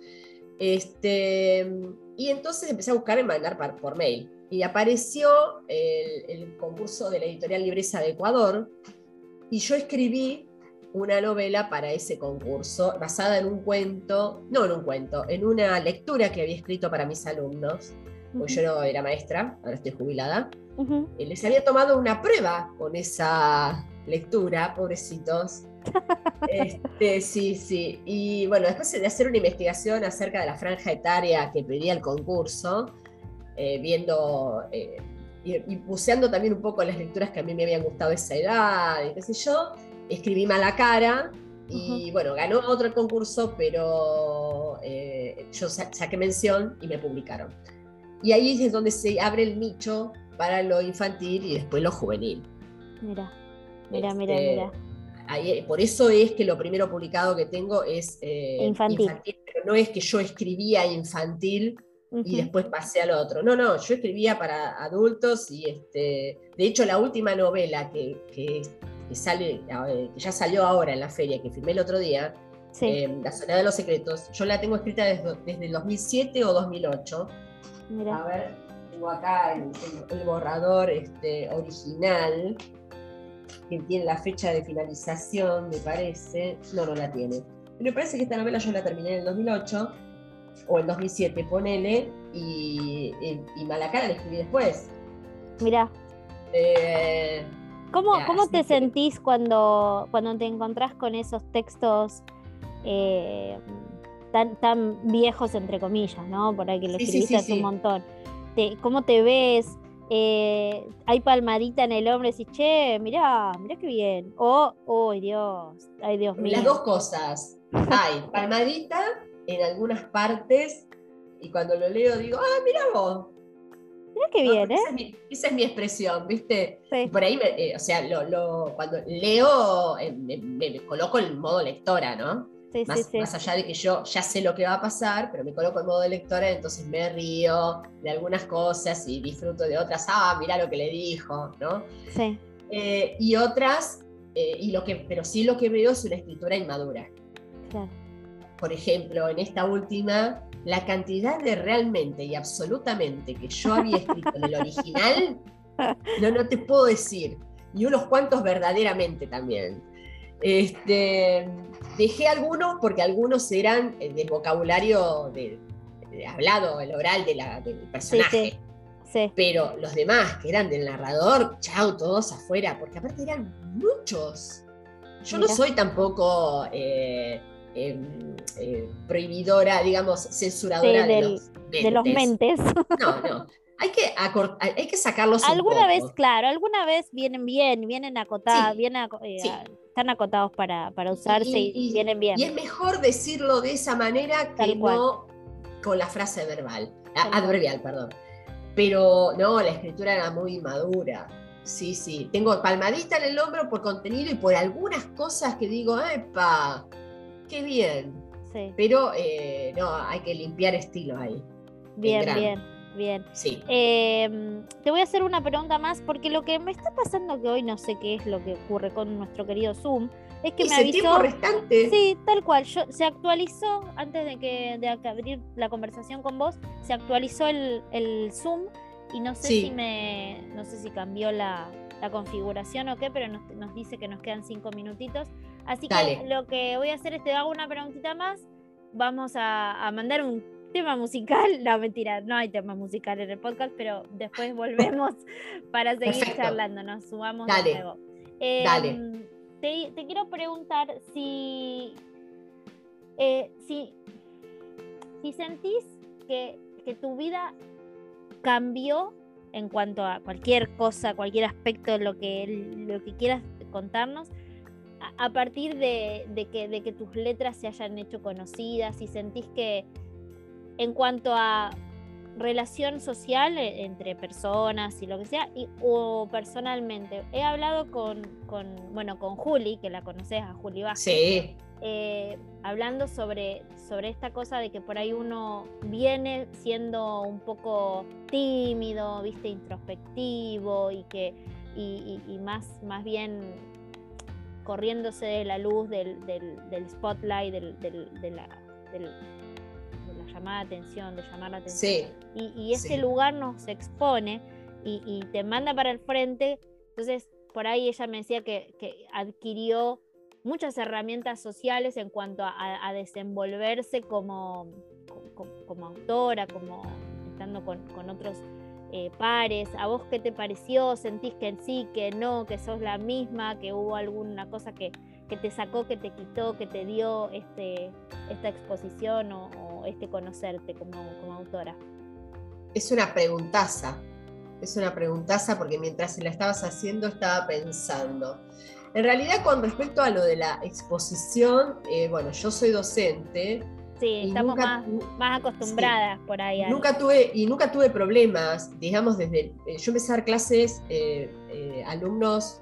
Y entonces empecé a buscar y mandar por mail. Y apareció el concurso de la editorial Libreza de Ecuador, y yo escribí una novela para ese concurso, basada en en una lectura que había escrito para mis alumnos, porque yo no era maestra, ahora estoy jubilada. Les había tomado una prueba con esa lectura, pobrecitos. Sí. Y bueno, después de hacer una investigación acerca de la franja etaria que pedía el concurso, viendo y buceando también un poco las lecturas que a mí me habían gustado a esa edad, y qué sé yo, escribí Mala Cara, y bueno, ganó otro concurso, pero yo saqué mención y me publicaron. Y ahí es donde se abre el nicho para lo infantil y después lo juvenil. Mira. Ahí, por eso es que lo primero publicado que tengo es infantil, pero no es que yo escribía infantil y después pasé al otro. No, yo escribía para adultos, y de hecho la última novela que sale, que ya salió ahora en la feria, que firmé el otro día, La Soledad de los Secretos, yo la tengo escrita desde el 2007 o 2008. Mirá. A ver, tengo acá el borrador original, que tiene la fecha de finalización, me parece. No la tiene. Pero me parece que esta novela yo la terminé en el 2008, o en 2007, ponele, y Mala Cara la escribí después. Mirá. ¿Cómo te sentís cuando te encontrás con esos textos tan viejos, entre comillas, ¿no? Por ahí que lo escribiste hace un montón. ¿Cómo te ves? Hay palmadita en el hombro y decís, che, mirá qué bien. Oh, Dios, ay, Dios mío. Las dos cosas. Hay palmadita en algunas partes y cuando lo leo digo, mirá vos. Mirá qué bien, ¿eh? Esa es mi expresión, ¿viste? Sí. Y por ahí, cuando leo, me coloco en modo lectora, ¿no? Sí, más allá de que yo ya sé lo que va a pasar, pero me coloco en modo de lectora, entonces me río de algunas cosas y disfruto de otras. Mirá lo que le dijo, ¿no? Sí. Y otras, pero sí lo que veo es una escritura inmadura. Claro. Por ejemplo, en esta última, la cantidad de realmente y absolutamente que yo había escrito en el original, no te puedo decir. Y unos cuantos verdaderamente también. Dejé algunos porque algunos eran del vocabulario hablado, el oral del personaje. Sí. Pero los demás, que eran del narrador, chau, todos afuera, porque aparte eran muchos. Yo no soy tampoco prohibidora, digamos, censuradora de los mentes. No. Hay que sacarlos un poco. Alguna vez vienen acotados, sí. Están acotados para usarse y vienen bien. Y es mejor decirlo de esa manera que no con la frase adverbial, perdón. Pero no, la escritura era muy madura. Sí. Tengo palmadita en el hombro por contenido y por algunas cosas que digo, ¡epa! ¡Qué bien! Sí. Pero no, hay que limpiar estilo ahí. Bien. Sí. Te voy a hacer una pregunta más, porque lo que me está pasando, que hoy no sé qué es lo que ocurre con nuestro querido Zoom, es que me avisó. Tiempo restante. Sí, tal cual. Se actualizó, antes de abrir la conversación con vos, se actualizó el Zoom y no sé si cambió la configuración o qué, pero nos dice que nos quedan 5 minutitos. Así que lo que voy a hacer es te hago una preguntita más. Vamos a mandar un tema musical. No, mentira, no hay tema musical en el podcast, pero después volvemos para seguir charlando. Nos sumamos de nuevo. Dale. Te quiero preguntar si sentís que tu vida cambió en cuanto a cualquier cosa, cualquier aspecto de lo que quieras contarnos, a partir de que tus letras se hayan hecho conocidas, si sentís que en cuanto a relación social entre personas y lo que sea, o personalmente. He hablado con Juli, que la conoces, a Juli Vázquez. Sí. Hablando sobre esta cosa de que por ahí uno viene siendo un poco tímido, ¿viste? Introspectivo y más bien corriéndose de la luz del spotlight, de la llamada atención, de llamar la atención. Sí. Y ese lugar nos expone y te manda para el frente. Entonces, por ahí ella me decía que adquirió muchas herramientas sociales en cuanto a desenvolverse como autora, como estando con otros pares. ¿A vos qué te pareció? ¿Sentís que sí, que no, que sos la misma, que hubo alguna cosa que te sacó, que te quitó, que te dio esta exposición o conocerte como autora? Es una preguntaza porque mientras la estabas haciendo estaba pensando. En realidad, con respecto a lo de la exposición, yo soy docente. Sí, estamos más acostumbradas por ahí. Nunca tuve problemas, digamos, yo empecé a dar clases alumnos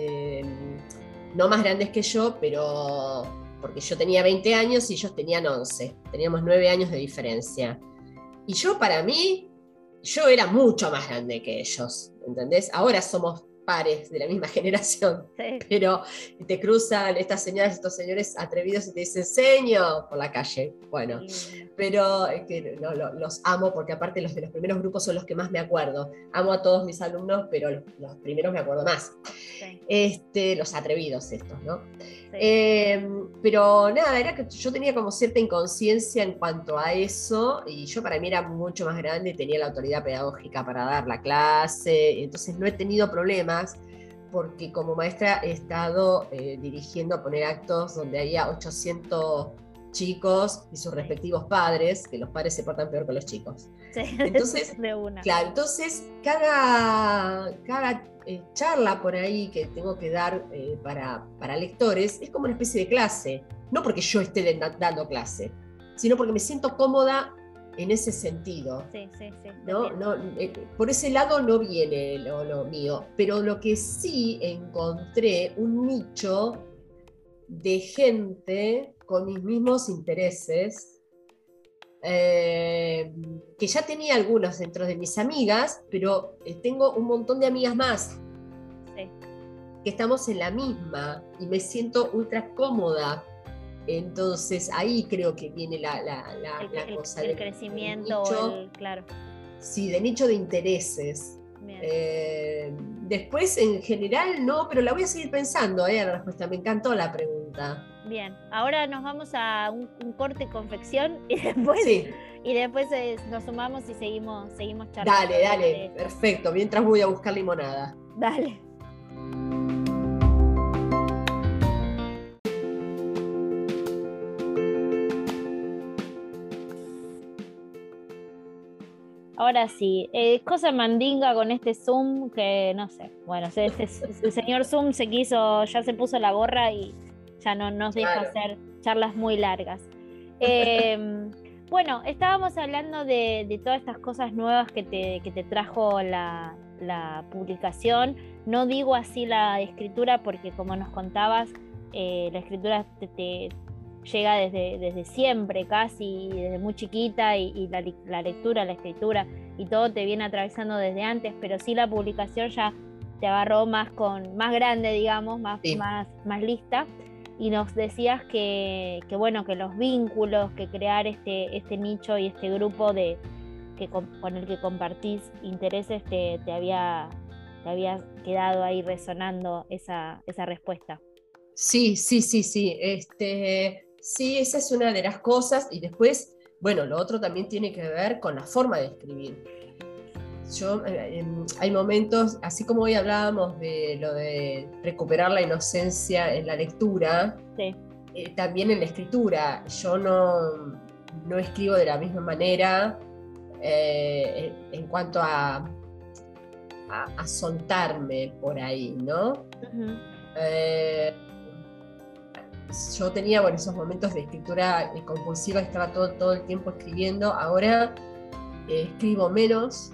no más grandes que yo, pero porque yo tenía 20 años y ellos tenían 11, teníamos 9 años de diferencia. Y para mí, yo era mucho más grande que ellos, ¿entendés? Ahora somos pares de la misma generación, sí. Pero te cruzan estas señoras, estos señores atrevidos y te dicen señor por la calle. Bueno, sí. Pero los amo porque aparte los de los primeros grupos son los que más me acuerdo. Amo a todos mis alumnos, pero los primeros me acuerdo más. Sí. Los atrevidos estos, ¿no? Sí. Pero nada, era que yo tenía como cierta inconsciencia en cuanto a eso y yo para mí era mucho más grande y tenía la autoridad pedagógica para dar la clase, entonces no he tenido problemas porque como maestra he estado dirigiendo a poner actos donde había 800 chicos y sus respectivos padres, que los padres se portan peor que los chicos. Sí, Entonces, de una. claro, entonces cada charla por ahí que tengo que dar para lectores es como una especie de clase, no porque yo esté dando clase, sino porque me siento cómoda en ese sentido. Sí. ¿No? Por ese lado no viene lo mío, pero lo que sí encontré un nicho de gente con mis mismos intereses, que ya tenía algunos dentro de mis amigas, pero tengo un montón de amigas más que estamos en la misma y me siento ultra cómoda. Entonces ahí creo que viene la cosa el crecimiento, claro. Sí, de nicho de intereses. Después, en general, no, pero la voy a seguir pensando, la respuesta. Me encantó la pregunta. Bien, ahora nos vamos a un corte confección y después, nos sumamos y seguimos charlando. Dale, perfecto. Mientras voy a buscar limonada. Dale. Ahora sí, cosa mandinga con este Zoom que no sé, bueno, el señor Zoom ya se puso la gorra y ya no nos deja hacer charlas muy largas. Bueno, estábamos hablando de todas estas cosas nuevas que te trajo la publicación. No digo así la escritura porque como nos contabas, la escritura te llega desde siempre casi, desde muy chiquita y la lectura, la escritura y todo te viene atravesando desde antes, pero sí la publicación ya te agarró más grande, digamos, más lista, y nos decías que bueno, que los vínculos, que crear este nicho y este grupo con el que compartís intereses te había quedado ahí resonando esa respuesta. Sí. Sí, esa es una de las cosas, y después, bueno, lo otro también tiene que ver con la forma de escribir. Hay momentos, así como hoy hablábamos de lo de recuperar la inocencia en la lectura, también en la escritura. Yo no escribo de la misma manera en cuanto a soltarme por ahí, ¿no? Uh-huh. Yo tenía esos momentos de escritura compulsiva, que estaba todo el tiempo escribiendo. Ahora escribo menos.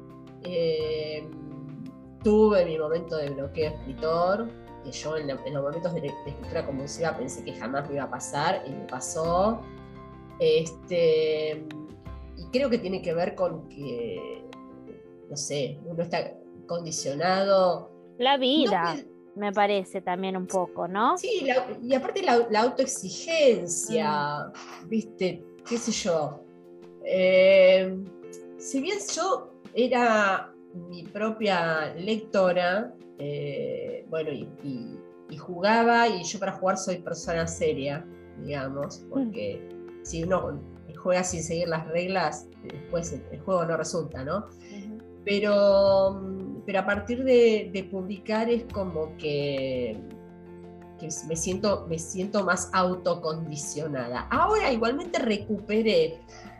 Tuve mi momento de bloqueo escritor, que yo en los momentos de escritura compulsiva pensé que jamás me iba a pasar, y me pasó. Y creo que tiene que ver con que, no sé, uno está condicionado. La vida. Me parece también un poco, ¿no? Sí, y aparte la autoexigencia, ¿viste? ¿Qué sé yo? Si bien yo era mi propia lectora, bueno, y jugaba, y yo para jugar soy persona seria, digamos, porque si uno juega sin seguir las reglas, después el juego no resulta, ¿no? Pero a partir de publicar es como que me siento más autocondicionada. Ahora igualmente recuperé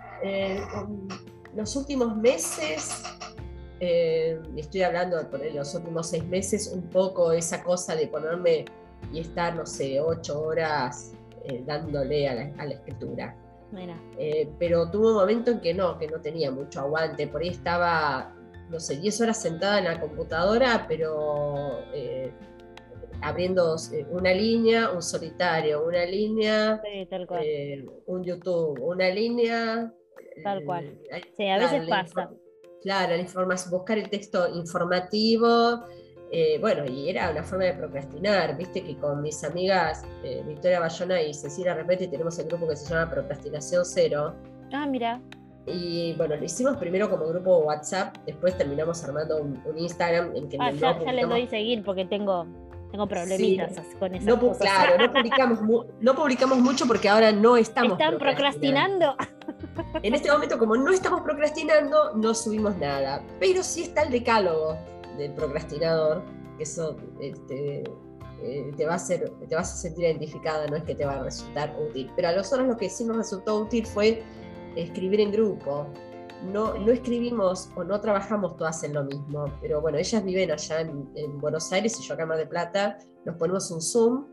los últimos meses, estoy hablando de los últimos 6 meses, un poco esa cosa de ponerme y estar, no sé, 8 horas dándole a la escritura. Pero tuve un momento en que no tenía mucho aguante. Por ahí estaba, no sé, 10 horas sentada en la computadora, pero abriendo una línea, un solitario, una línea, tal cual. un YouTube, una línea. Tal cual. Sí, a veces pasa. Claro, buscar el texto informativo. Bueno, y era una forma de procrastinar, viste que con mis amigas Victoria Bayona y Cecilia Repetti tenemos el grupo que se llama Procrastinación Cero. Ah, mira. Y bueno, lo hicimos primero como grupo WhatsApp, después terminamos armando un Instagram en que ya le doy seguir porque tengo problemitas con esas cosas. Claro, no publicamos mucho porque ahora no estamos procrastinando. En este momento, como no estamos procrastinando, no subimos nada, pero sí está el decálogo del procrastinador, que eso te vas a sentir identificada, no es que te va a resultar útil. Pero a nosotros lo que sí nos resultó útil fue escribir en grupo. No escribimos o no trabajamos todas en lo mismo, pero bueno, ellas viven allá en Buenos Aires y yo acá en Mar del Plata, nos ponemos un Zoom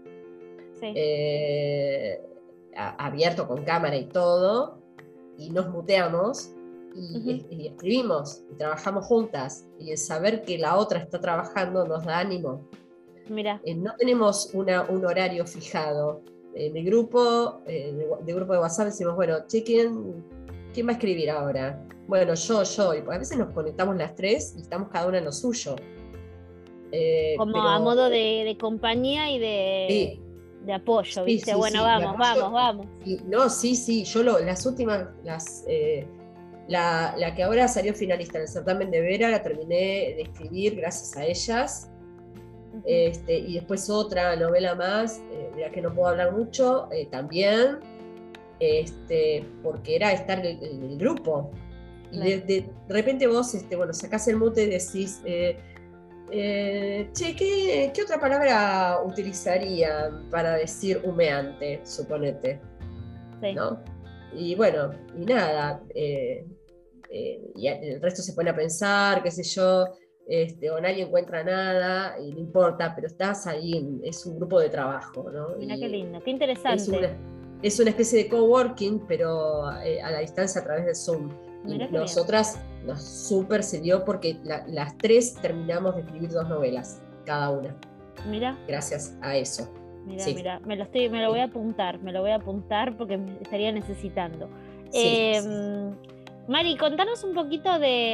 abierto con cámara y todo, y nos muteamos y escribimos y trabajamos juntas, y el saber que la otra está trabajando nos da ánimo. Mira. No tenemos un horario fijado. En el grupo de WhatsApp decimos, bueno, che, ¿quién va a escribir ahora? Bueno, yo, y a veces nos conectamos las tres y estamos cada una en lo suyo. Como a modo de compañía y de apoyo, ¿viste? Sí, bueno, sí, vamos. Sí, yo las últimas, la que ahora salió finalista en el certamen de Vera, la terminé de escribir gracias a ellas. Y después otra novela más, de la que no puedo hablar mucho, también, porque era estar en el grupo. Y de repente vos sacás el mute y decís, che, ¿qué otra palabra utilizarían para decir humeante, suponete? Sí. ¿No? Y bueno, y nada, y el resto se pone a pensar, qué sé yo, o nadie encuentra nada, y no importa, pero estás ahí, es un grupo de trabajo, ¿no? Mira qué lindo, qué interesante. Es una especie de coworking, pero a la distancia a través de Zoom. Y nosotras nos súper se dio porque las tres terminamos de escribir 2 novelas, cada una. Mira. Gracias a eso. Mira, me lo voy a apuntar porque me estaría necesitando. Mari, contanos un poquito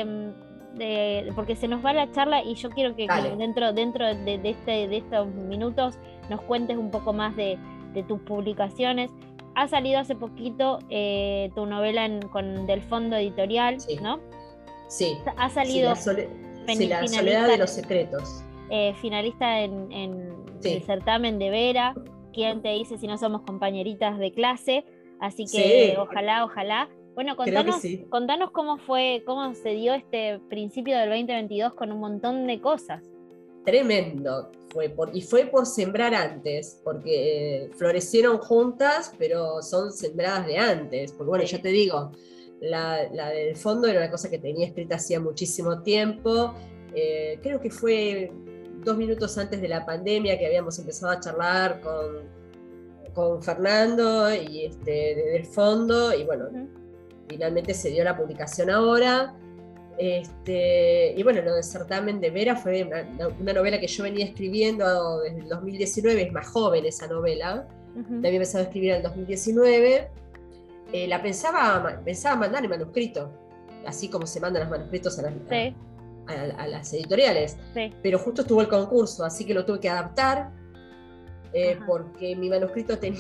porque se nos va la charla y yo quiero que dentro de estos minutos nos cuentes un poco más de tus publicaciones. Ha salido hace poquito tu novela con Del Fondo Editorial, ¿no? Sí. Ha salido La soledad de los secretos. Finalista en el certamen de Vera. ¿Quién te dice si no somos compañeritas de clase? Así que ojalá. Bueno, contanos cómo se dio este principio del 2022 con un montón de cosas. Tremendo. Fue por sembrar antes, porque florecieron juntas, pero son sembradas de antes. Porque bueno, yo te digo, la del fondo era una cosa que tenía escrita hacía muchísimo tiempo. Creo que fue 2 minutos antes de la pandemia que habíamos empezado a charlar con Fernando y del fondo, y bueno, finalmente se dio la publicación ahora. Y bueno, lo del certamen de Vera fue una novela que yo venía escribiendo desde el 2019, es más joven esa novela, la había empezado a escribir en el 2019, la pensaba mandar en manuscrito, así como se mandan los manuscritos a las editoriales, pero justo estuvo el concurso, así que lo tuve que adaptar, porque mi manuscrito tenía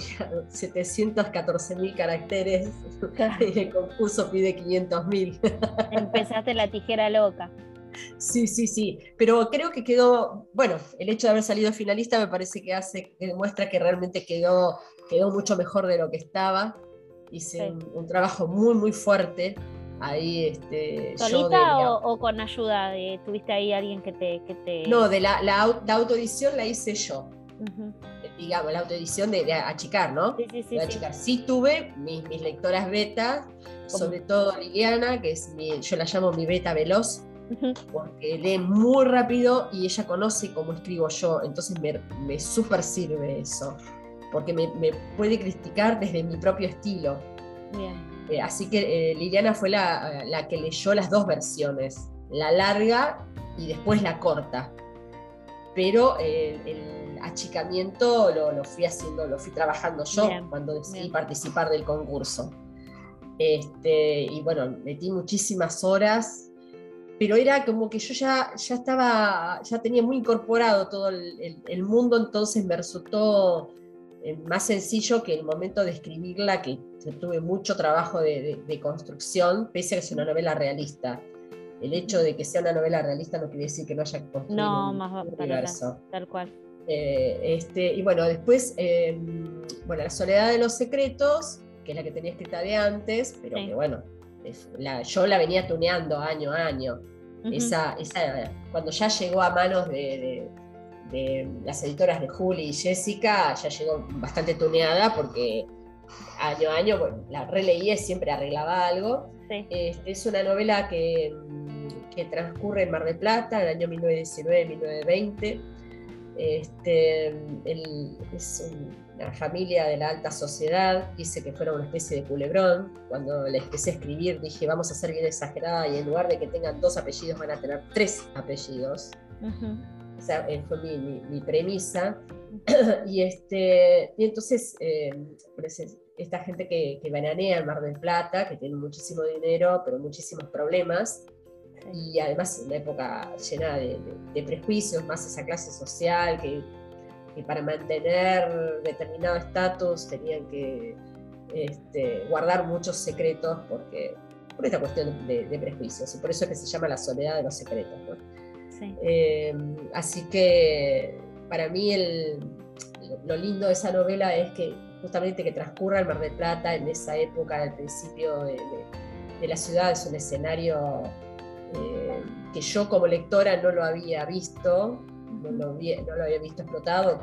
714.000 caracteres y el concurso pide 500.000. Empezaste la tijera loca. Sí, pero creo que quedó, bueno, el hecho de haber salido finalista me parece que demuestra que realmente quedó mucho mejor de lo que estaba. Hice un trabajo muy, muy fuerte. Ahí, ¿solita o con ayuda? ¿Tuviste ahí alguien que te... No, la autoedición la hice yo. Digamos, la autoedición de achicar, ¿no? Sí. Achicar. Sí tuve mis lectoras beta, sobre todo Liliana, que yo la llamo mi beta veloz, porque lee muy rápido y ella conoce cómo escribo yo, entonces me súper sirve eso, porque me puede criticar desde mi propio estilo. Bien. Así que Liliana fue la que leyó las 2 versiones, la larga y después la corta. Pero el achicamiento lo fui trabajando yo cuando decidí participar del concurso. Y bueno, metí muchísimas horas, pero era como que yo ya tenía muy incorporado todo el mundo, entonces me resultó más sencillo que el momento de escribirla, que tuve mucho trabajo de construcción, pese a que es una novela realista. El hecho de que sea una novela realista no quiere decir que no haya construido un universo. Tal cual. Y bueno, después, La soledad de los secretos, que es la que tenía escrita de antes, pero que bueno, yo la venía tuneando año a año. Esa, cuando ya llegó a manos de de las editoras de Juli y Jessica ya llegó bastante tuneada porque año a año, bueno, la releía y siempre arreglaba algo. Sí. Es una novela que transcurre en Mar del Plata, en el año 1919-1920. Es una familia de la alta sociedad, quise que fuera una especie de culebrón. Cuando le empecé a escribir dije, vamos a ser bien exagerada, y en lugar de que tengan 2 apellidos van a tener 3 apellidos. O sea, fue mi premisa. Y entonces esta gente que bananea en Mar del Plata, que tiene muchísimo dinero, pero muchísimos problemas, y además una época llena de prejuicios, más esa clase social que para mantener determinado estatus tenían que guardar muchos secretos por esta cuestión de prejuicios, y por eso es que se llama La soledad de los secretos, ¿no? Sí. Así que para mí lo lindo de esa novela es que justamente que transcurra en Mar del Plata en esa época, al principio de la ciudad. Es un escenario que yo como lectora no lo había visto, no lo había visto explotado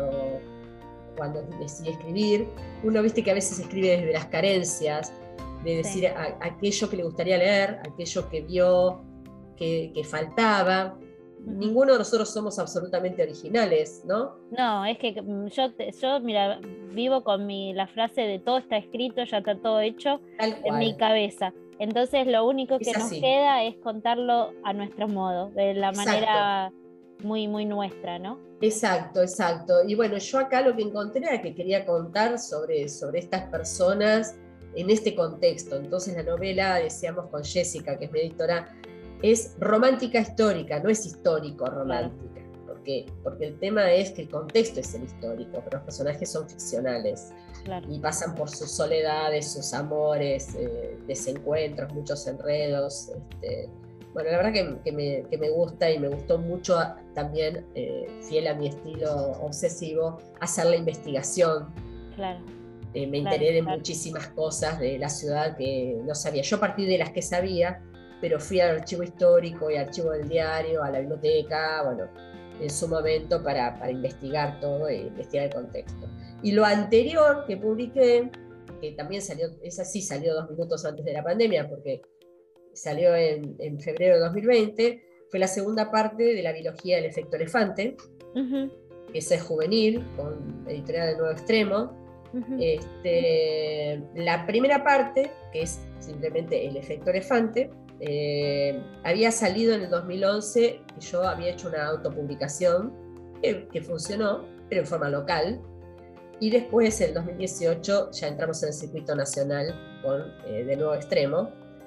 cuando decidí escribir. Uno, viste, que a veces escribe desde las carencias, de decir aquello que le gustaría leer, aquello que vio que faltaba. Ninguno de nosotros somos absolutamente originales, ¿no? No, es que yo mira, vivo con la frase de todo está escrito, ya está todo hecho en mi cabeza. Entonces lo único que nos queda es contarlo a nuestro modo, de la manera muy, muy nuestra, ¿no? Exacto. Y bueno, yo acá lo que encontré era que quería contar sobre estas personas en este contexto. Entonces la novela, decíamos con Jessica, que es mi editora, es romántica histórica, no es histórico romántica, porque el tema es que el contexto es el histórico, pero los personajes son ficcionales, y pasan por sus soledades, sus amores, desencuentros, muchos enredos. Bueno, la verdad que me gusta, y me gustó mucho también, fiel a mi estilo obsesivo, hacer la investigación. Me enteré de muchísimas cosas de la ciudad que no sabía. Yo partí de las que sabía, pero fui al archivo histórico y archivo del diario, a la biblioteca, bueno, en su momento para investigar todo e investigar el contexto. Y lo anterior que publiqué, que también salió, esa sí salió 2 minutos antes de la pandemia, porque salió en febrero de 2020, fue la segunda parte de la biología del efecto elefante, que es juvenil, con editorial de Nuevo Extremo. La primera parte, que es simplemente el efecto elefante, había salido en el 2011, y yo había hecho una autopublicación que funcionó, pero en forma local. Y después, en el 2018, ya entramos en el circuito nacional con De Nuevo Extremo.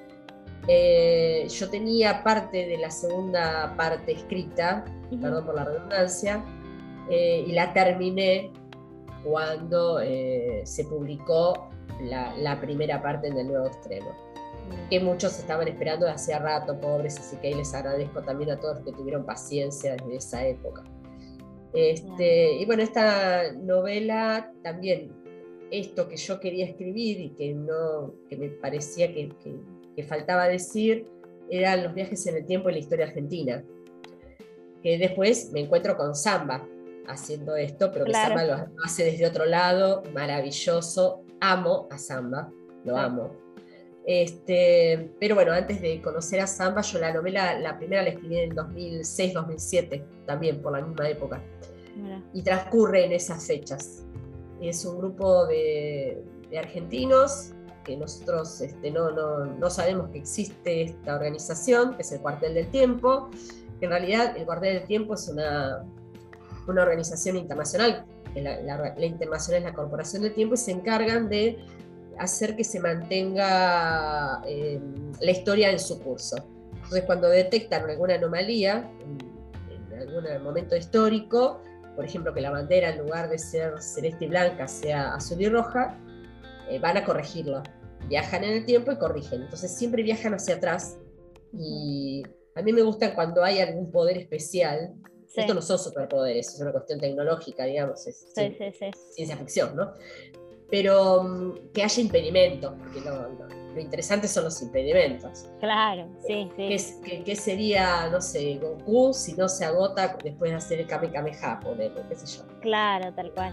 Yo tenía parte de la segunda parte escrita, perdón por la redundancia, y la terminé cuando se publicó la primera parte en El Nuevo Extremo, que muchos estaban esperando de hacía rato, pobres, así que ahí les agradezco también a todos los que tuvieron paciencia desde esa época. Y bueno, esta novela también, esto que yo quería escribir y que me parecía que faltaba decir, eran los viajes en el tiempo y la historia argentina, que después me encuentro con Zamba haciendo esto, pero que Zamba lo hace desde otro lado, maravilloso. Amo a Zamba, lo amo. Pero bueno, antes de conocer a Zamba, yo la novela, la primera la escribí en 2006-2007, también por la misma época. Y transcurre en esas fechas. Es un grupo de argentinos que nosotros no sabemos que existe esta organización, que es el Cuartel del Tiempo, que en realidad el Cuartel del Tiempo es una organización internacional, que la internacional es la Corporación del Tiempo, y se encargan de hacer que se mantenga la historia en su curso. Entonces, cuando detectan alguna anomalía en algún momento histórico, por ejemplo, que la bandera en lugar de ser celeste y blanca sea azul y roja, van a corregirlo. Viajan en el tiempo y corrigen. Entonces siempre viajan hacia atrás, y a mí me gusta cuando hay algún poder especial. Esto no son superpoderes, es una cuestión tecnológica, digamos, es ciencia ficción, ¿no? Pero que haya impedimentos, porque lo interesante son los impedimentos. Claro, sí, sí. ¿Qué sería, no sé, Goku si no se agota después de hacer el Kamehameha, qué sé yo? Claro, tal cual.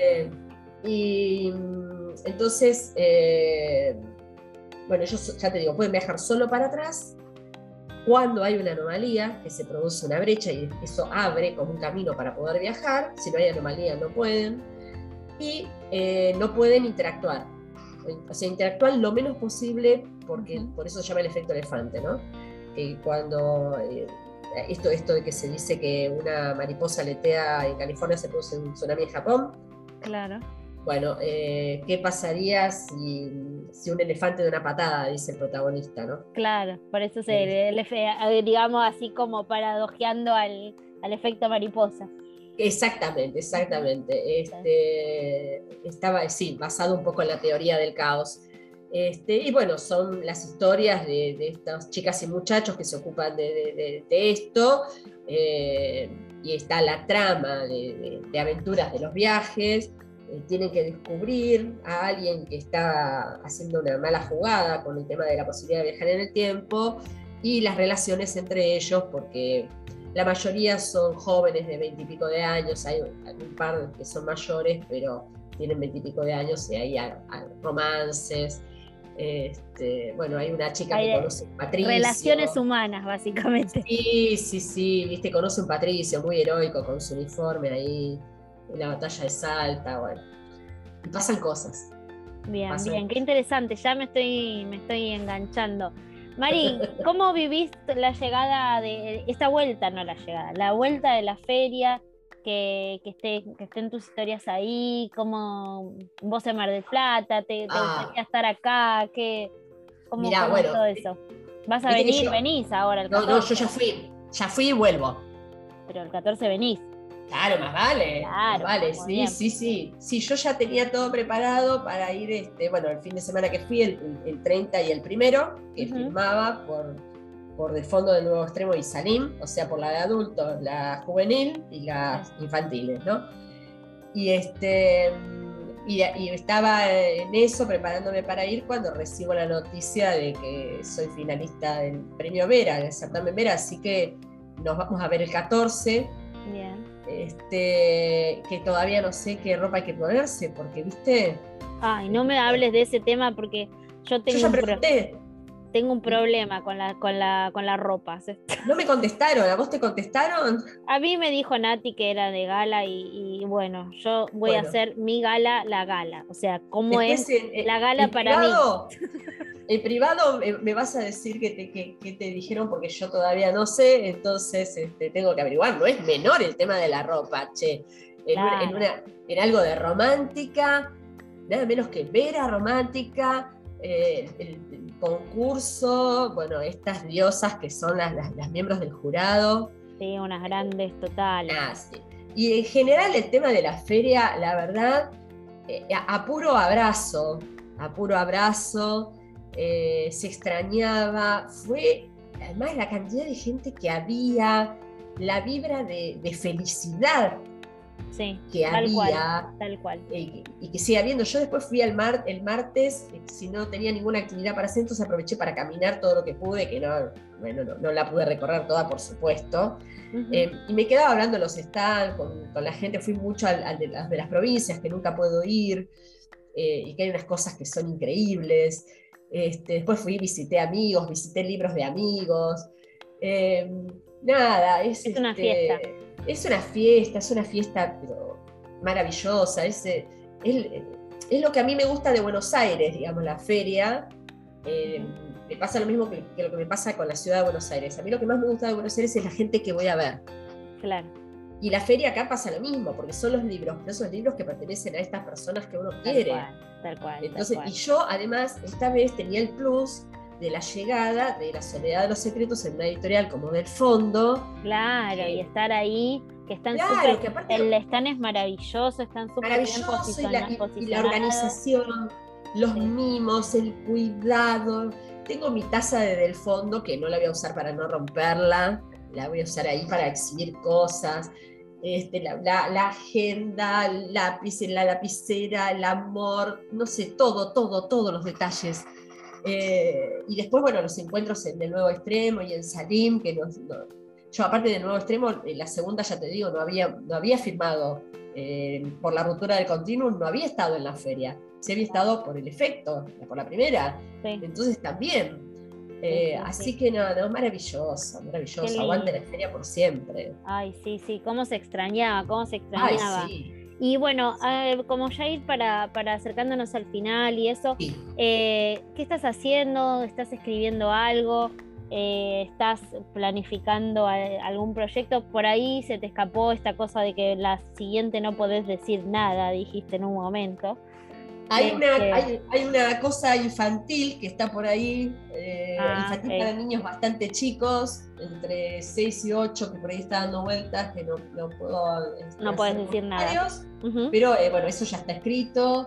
Y entonces, bueno, ellos, ya te digo, pueden viajar solo para atrás. Cuando hay una anomalía, que se produce una brecha y eso abre como un camino para poder viajar, si no hay anomalía no pueden, y no pueden interactuar. O sea, interactuar lo menos posible, porque por eso se llama el efecto elefante, ¿no? Que cuando esto de que se dice que una mariposa aletea en California se produce un tsunami en Japón. Claro. Bueno, ¿qué pasaría si un elefante de una patada, dice el protagonista, ¿no? Claro, por eso digamos así como paradojeando al efecto mariposa. Exactamente. Estaba, sí, basado un poco en la teoría del caos. Y bueno, son las historias de estas chicas y muchachos que se ocupan de esto, y está la trama de aventuras de los viajes. Tienen que descubrir a alguien que está haciendo una mala jugada con el tema de la posibilidad de viajar en el tiempo y las relaciones entre ellos, porque la mayoría son jóvenes de 20 y pico de años, hay un par que son mayores, pero tienen 20 y pico de años y hay romances. Bueno, hay una chica que conoce a un Patricio. Relaciones humanas, básicamente. Sí, viste, conoce a un Patricio muy heroico con su uniforme ahí en la batalla de Salta, bueno. Y pasan cosas. Bien, qué interesante, ya me estoy enganchando. Mari, ¿cómo viviste la llegada de esta vuelta, no la llegada, la vuelta de la feria, que estén tus historias ahí, como vos en Mar del Plata, te gustaría estar acá, ¿cómo bueno, todo eso? ¿Vas a venir? ¿Venís ahora el 14? No, yo ya fui y vuelvo. Pero el 14 venís. Claro, más vale. Claro, más vale, sí. Sí, yo ya tenía todo preparado para ir, bueno, el fin de semana que fui, el 30 y el 1, que firmaba por de fondo del Nuevo Extremo y Salim, o sea, por la de adultos, la juvenil y las infantiles, ¿no? Y estaba en eso, preparándome para ir, cuando recibo la noticia de que soy finalista del premio Vera, del certamen Vera, así que nos vamos a ver el 14. Bien. Que todavía no sé qué ropa hay que ponerse, porque, ¿viste? Ay, no me hables de ese tema porque yo tengo un problema con la ropa. No me contestaron, ¿a vos te contestaron? A mí me dijo Nati que era de gala y bueno, yo voy a hacer mi gala, la gala. O sea, ¿cómo es la gala para mí? En privado me vas a decir que te dijeron, porque yo todavía no sé, entonces tengo que averiguar. No es menor el tema de la ropa, che. En algo de romántica, nada menos que Vera romántica, el concurso, bueno, estas diosas que son las miembros del jurado. Sí, unas grandes totales. Sí. Y en general el tema de la feria, la verdad, a puro abrazo, se extrañaba, fue además la cantidad de gente que había, la vibra de felicidad que había, tal cual. Y que sigue habiendo. Yo después fui el martes, si no tenía ninguna actividad para hacer, entonces aproveché para caminar todo lo que pude, que no la pude recorrer toda, por supuesto. Y me quedaba hablando en los stands con la gente, fui mucho al de las provincias, que nunca puedo ir, y que hay unas cosas que son increíbles. Después visité amigos, visité libros de amigos. Nada, es una fiesta. Es una fiesta, pero maravillosa. Es lo que a mí me gusta de Buenos Aires, digamos, la feria. Me pasa lo mismo que lo que me pasa con la ciudad de Buenos Aires. A mí lo que más me gusta de Buenos Aires es la gente que voy a ver. Claro. Y la feria acá pasa lo mismo, porque son los libros, pero esos libros que pertenecen a estas personas que uno quiere. Tal cual. Entonces, y yo además esta vez tenía el plus de la llegada de La Soledad de los Secretos en una editorial como Del Fondo. Claro, y estar ahí, que están que aparte, el stand es maravilloso, están súper bien posicionados. Y la organización, los mimos, el cuidado. Tengo mi taza de Del Fondo, que no la voy a usar para no romperla, la voy a usar ahí para exhibir cosas. La agenda, la lapicera, el amor, no sé, todos los detalles Y después, bueno, los encuentros en el Nuevo Extremo y en Salim, que yo aparte del Nuevo Extremo, en la segunda, ya te digo, no había firmado por la ruptura del continuum, no había estado en la feria. Se había estado por el efecto, por la primera. Sí. Entonces también. Así que no, maravilloso. Aguante la feria por siempre. Ay, sí, cómo se extrañaba. Ay, sí. Y bueno, como ya ir para acercándonos al final y eso, Sí. ¿qué estás haciendo? ¿Estás escribiendo algo? ¿Estás planificando algún proyecto? Por ahí se te escapó esta cosa de que la siguiente no podés decir nada, dijiste en un momento. Hay una cosa infantil que está por ahí, infantil okay. Para niños bastante chicos, entre 6 y 8, que por ahí está dando vueltas, que no puedo no puedes decir nada. Pero bueno, eso ya está escrito.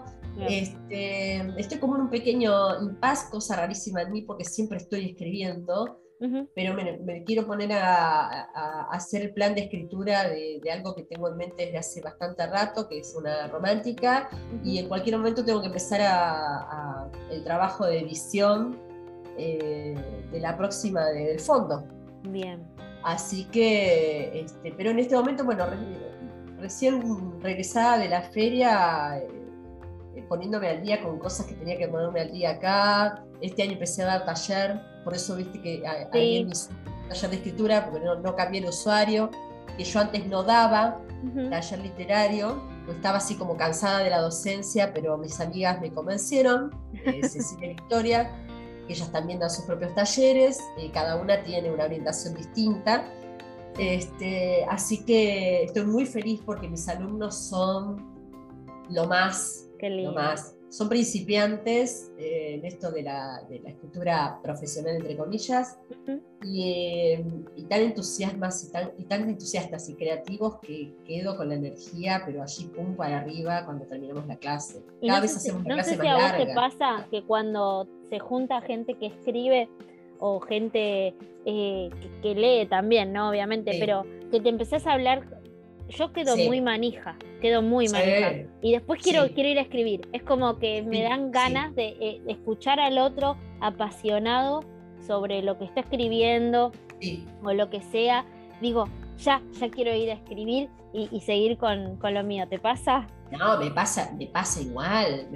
Estoy como en un pequeño impasse, cosa rarísima en mí porque siempre estoy escribiendo. Pero me quiero poner a hacer el plan de escritura de algo que tengo en mente desde hace bastante rato, que es una romántica, y en cualquier momento tengo que empezar el trabajo de edición de la próxima del fondo. Bien. Así que, pero en este momento, bueno, recién regresada de la feria, poniéndome al día con cosas que tenía que ponerme al día acá. Este año empecé a dar taller, por eso viste que ahí en mi taller de escritura, porque no cambié el usuario, que yo antes no daba taller literario, estaba así como cansada de la docencia, pero mis amigas me convencieron, Cecilia y Victoria, que ellas también dan sus propios talleres, cada una tiene una orientación distinta. Así que estoy muy feliz porque mis alumnos son lo más. Qué lindo. Lo más. Son principiantes en esto de la escritura profesional, entre comillas, y tan entusiastas y creativos que quedo con la energía, pero allí pum para arriba cuando terminamos la clase. Cada vez hacemos una clase más larga. No sé si a vos te pasa que cuando se junta gente que escribe o gente que lee también, ¿no? Obviamente, sí. Pero que te empezás a hablar, yo quedo muy manija, y después quiero ir a escribir. Es como que me dan ganas de escuchar al otro apasionado sobre lo que está escribiendo o lo que sea. Digo, ya quiero ir a escribir y seguir con lo mío. ¿Te pasa? No, me pasa igual.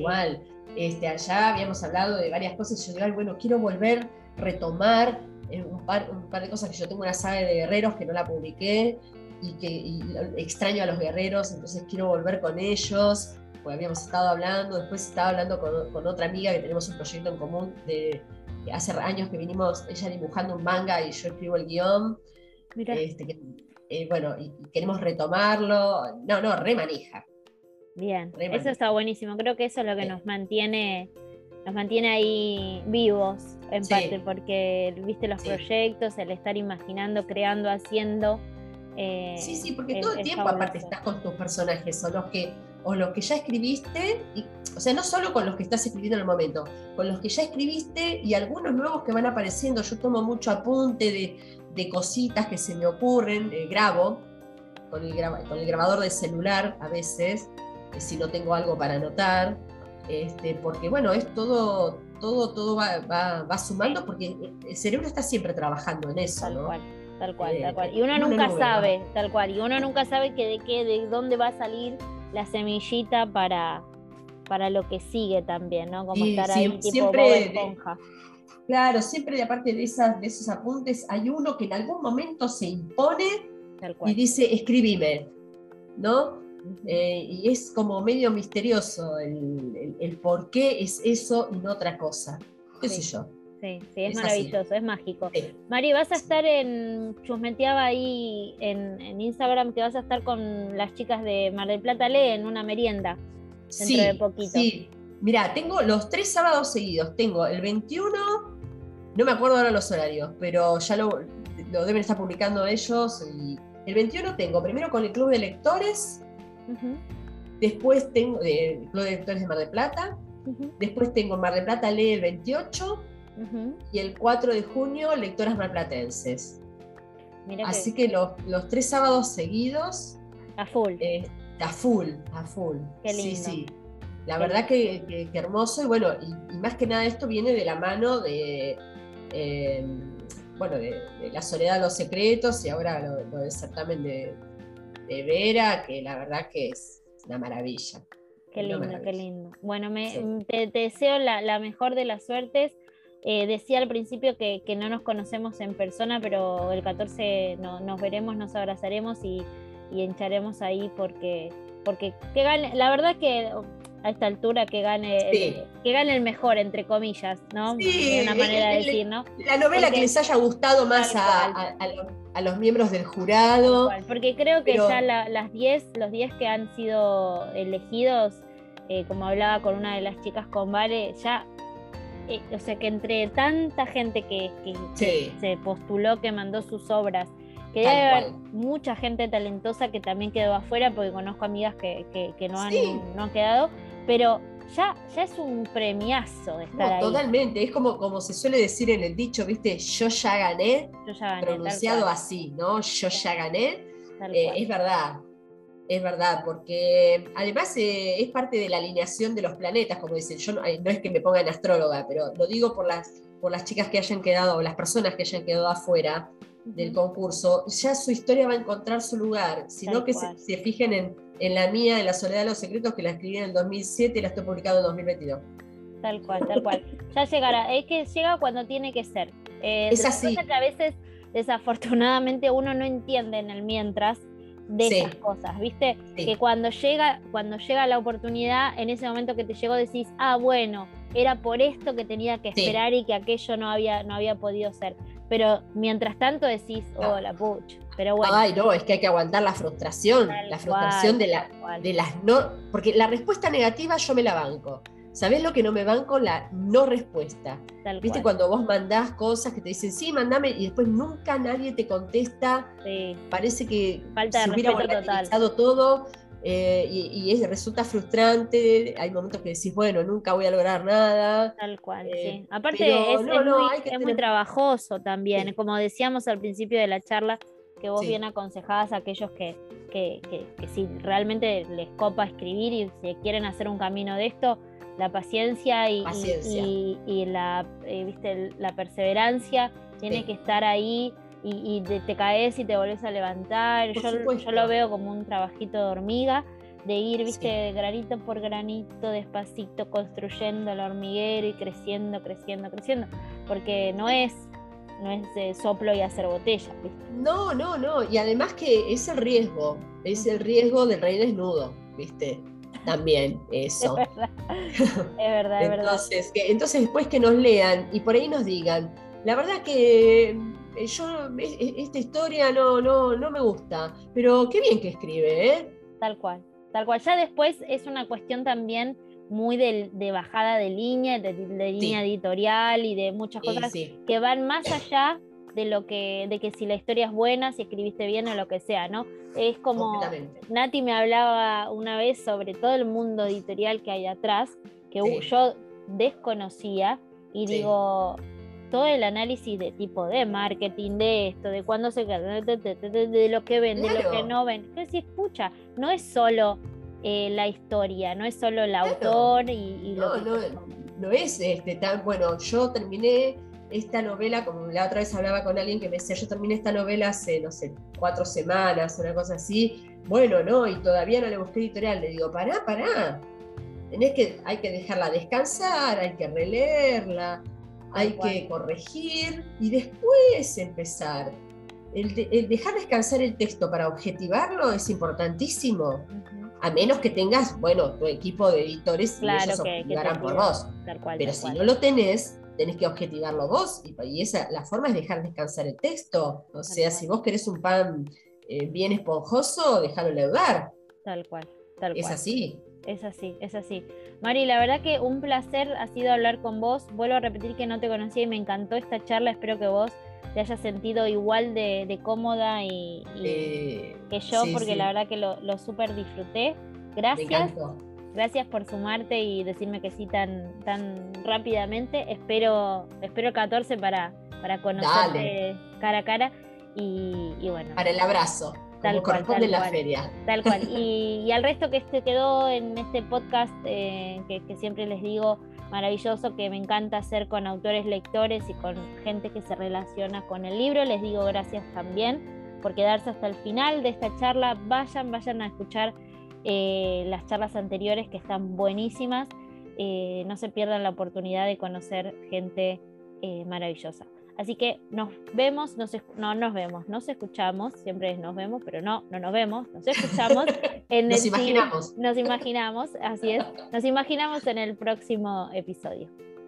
Allá habíamos hablado de varias cosas. Yo digo, bueno, quiero retomar un par de cosas que yo tengo una saga de guerreros que no la publiqué y extraño a los guerreros, entonces quiero volver con ellos, porque habíamos estado hablando, después estaba hablando con otra amiga que tenemos un proyecto en común de hace años que vinimos, ella dibujando un manga y yo escribo el guión. Mirá. Bueno, y queremos retomarlo. Re manija. Bien, eso está buenísimo, creo que eso es lo que nos mantiene ahí vivos en parte, porque viste los proyectos, el estar imaginando, creando, haciendo. Sí, porque todo el tiempo fabuloso. Aparte estás con tus personajes, o los que ya escribiste, o sea, no solo con los que estás escribiendo en el momento, con los que ya escribiste y algunos nuevos que van apareciendo. Yo tomo mucho apunte de cositas que se me ocurren, grabo con el grabador de celular a veces, si no tengo algo para anotar, porque bueno, es todo va sumando, porque el cerebro está siempre trabajando en eso, Tal ¿no? Cual. Tal cual. Y uno nunca sabe, tal cual. Y uno nunca sabe de dónde va a salir la semillita para lo que sigue también, ¿no? Como estar ahí tipo Bob Esponja. Claro, siempre aparte de esos apuntes, hay uno que en algún momento se impone y dice, escribime, ¿no? Y es como medio misterioso el por qué es eso y no otra cosa. ¿Qué sé yo? Sí, es maravilloso, así. Es mágico. Sí. Mari, vas a estar chusmeteaba ahí en Instagram, que vas a estar con las chicas de Mar del Plata Lee en una merienda dentro de poquito. Sí, mirá, tengo los 3 sábados seguidos. Tengo el 21, no me acuerdo ahora los horarios, pero ya lo deben estar publicando ellos. Y el 21 tengo primero con el Club de Lectores, después tengo el Club de Lectores de Mar del Plata, después tengo Mar del Plata Lee el 28, y el 4 de junio, lectoras marplatenses. Así que los 3 sábados seguidos. A full. A full. Qué lindo. Sí. la verdad que hermoso, y bueno, y más que nada esto viene de la mano de, bueno, de La soledad de los secretos, y ahora lo del certamen de Vera, que la verdad que es una maravilla. Qué Una lindo, maravilla. qué lindo. Bueno, Sí. te deseo la mejor de las suertes. Decía al principio que no nos conocemos en persona, pero el 14 nos veremos, nos abrazaremos y hincharemos ahí porque que gane, la verdad que a esta altura Sí. que gane el mejor, entre comillas, ¿no? De una Sí, manera de decir, ¿no? la novela que Porque les haya gustado más tal cual. a los miembros del Tal jurado, cual, porque creo que ya pero los 10 que han sido elegidos, como hablaba con una de las chicas con Vale, ya, o sea que entre tanta gente que sí, se postuló, que mandó sus obras, que debe tal haber cual. mucha gente talentosa que también quedó afuera, porque conozco amigas que Sí, no han quedado, pero ya es un premiazo de estar no, ahí. totalmente. Es como se suele decir en el dicho, ¿viste? Yo ya gané, Yo ya gané, tal pronunciado cual, así, ¿no? Yo ya gané. tal cual, Es verdad, porque además es parte de la alineación de los planetas, como dicen. Yo no es que me pongan astróloga, pero lo digo por las chicas que hayan quedado, o las personas que hayan quedado afuera del ujú, concurso. Ya su historia va a encontrar su lugar, tal sino que cual. se fijen en la mía, en La soledad de los secretos, que la escribí en el 2007 y la estoy publicando en 2022. Tal cual, tal cual. Ya llegará, es que llega cuando tiene que ser. Es Lo que pasa es así, que a veces, desafortunadamente, uno no entiende en el mientras de esas sí, cosas, ¿viste? Que sí, cuando llega la oportunidad, en ese momento que te llegó decís, ah, bueno, era por esto que tenía que sí. esperar y que aquello no había podido ser. Pero mientras tanto decís, oh, No. la pucha. Pero bueno, Ay, no, es que hay que aguantar tal la frustración cual, tal cual, de las no, porque la respuesta negativa yo me la banco. ¿Sabés lo que no me banco? La no respuesta. tal ¿Viste cual. cuando vos mandás cosas que te dicen, sí, mandame, y después nunca nadie te contesta? Sí, Parece que falta de se hubiera respeto total. volatilizado todo, resulta frustrante. Hay momentos que decís, bueno, nunca voy a lograr nada. Tal cual, sí. Aparte Pero no, no, hay que es muy tener. trabajoso también, Sí, como decíamos al principio de la charla, que vos bien sí, aconsejabas a aquellos que si realmente les copa escribir y si quieren hacer un camino de esto, la paciencia paciencia. y ¿viste? La perseverancia tiene que Sí, estar ahí y te caes y te volvés a levantar. por Yo lo supuesto. veo como un trabajito de hormiga de ir, Sí. viste, granito por granito, despacito, construyendo el hormiguero y creciendo, creciendo, creciendo, porque no es de soplo y hacer botellas, ¿viste? No, no, no. Y además que es el riesgo del rey desnudo, ¿viste? También Es eso. verdad, es verdad, es verdad. Entonces después que nos lean y por ahí nos digan, la verdad que esta historia no me gusta, pero qué bien que escribe, ¿eh? Tal cual, tal cual. Ya después es una cuestión también muy de bajada de línea, de línea Sí, editorial y de muchas y cosas sí, que van más allá de que si la historia es buena, si escribiste bien o lo que sea, ¿no? Es como completamente. Nati me hablaba una vez sobre todo el mundo editorial que hay atrás, que Sí, yo desconocía y sí. digo, todo el análisis de tipo de marketing, de esto, de cuándo se de lo que ven, de lo que Claro, no ven. Que si escucha, no es solo la historia, no es solo el claro. autor y lo No, que no, pasó. no es tan bueno. Yo terminé esta novela, como la otra vez hablaba con alguien que me decía, yo terminé esta novela hace, no sé, 4 semanas, una cosa así. Bueno, no, y todavía no le busqué editorial. Le digo, pará. Hay que dejarla descansar, hay que releerla, Tal hay cual. que corregir y después empezar. El dejar descansar el texto para objetivarlo es importantísimo. Ujú. A menos que tengas, bueno, tu equipo de editores y ellos Claro que te objetivarán por piden. vos. Tal cual, Pero tal si cual. no lo tenés que objetivarlo vos. Y la forma es dejar descansar el texto. O Tal sea, cual, si vos querés un pan bien esponjoso, déjalo leudar. tal cual, tal Es cual. así. Es así, es así. Mari, la verdad que un placer ha sido hablar con vos. Vuelvo a repetir que no te conocía y me encantó esta charla. Espero que vos te hayas sentido igual de cómoda y que yo, Sí, porque la sí, verdad que lo súper disfruté. me Gracias, encantó. gracias por sumarte y decirme que sí tan rápidamente. Espero el 14 para Dale, conocerte cara a cara y bueno, para el abrazo. como corresponde en la feria. Tal cual. Y al resto que quedó en este podcast, que siempre les digo, maravilloso, que me encanta hacer con autores, lectores y con gente que se relaciona con el libro, les digo gracias también por quedarse hasta el final de esta charla. Vayan a escuchar las charlas anteriores, que están buenísimas. No se pierdan la oportunidad de conocer gente maravillosa. Así que nos escuchamos, siempre nos vemos, pero no nos vemos, nos escuchamos. Nos imaginamos. Nos imaginamos, así es, nos imaginamos en el próximo episodio.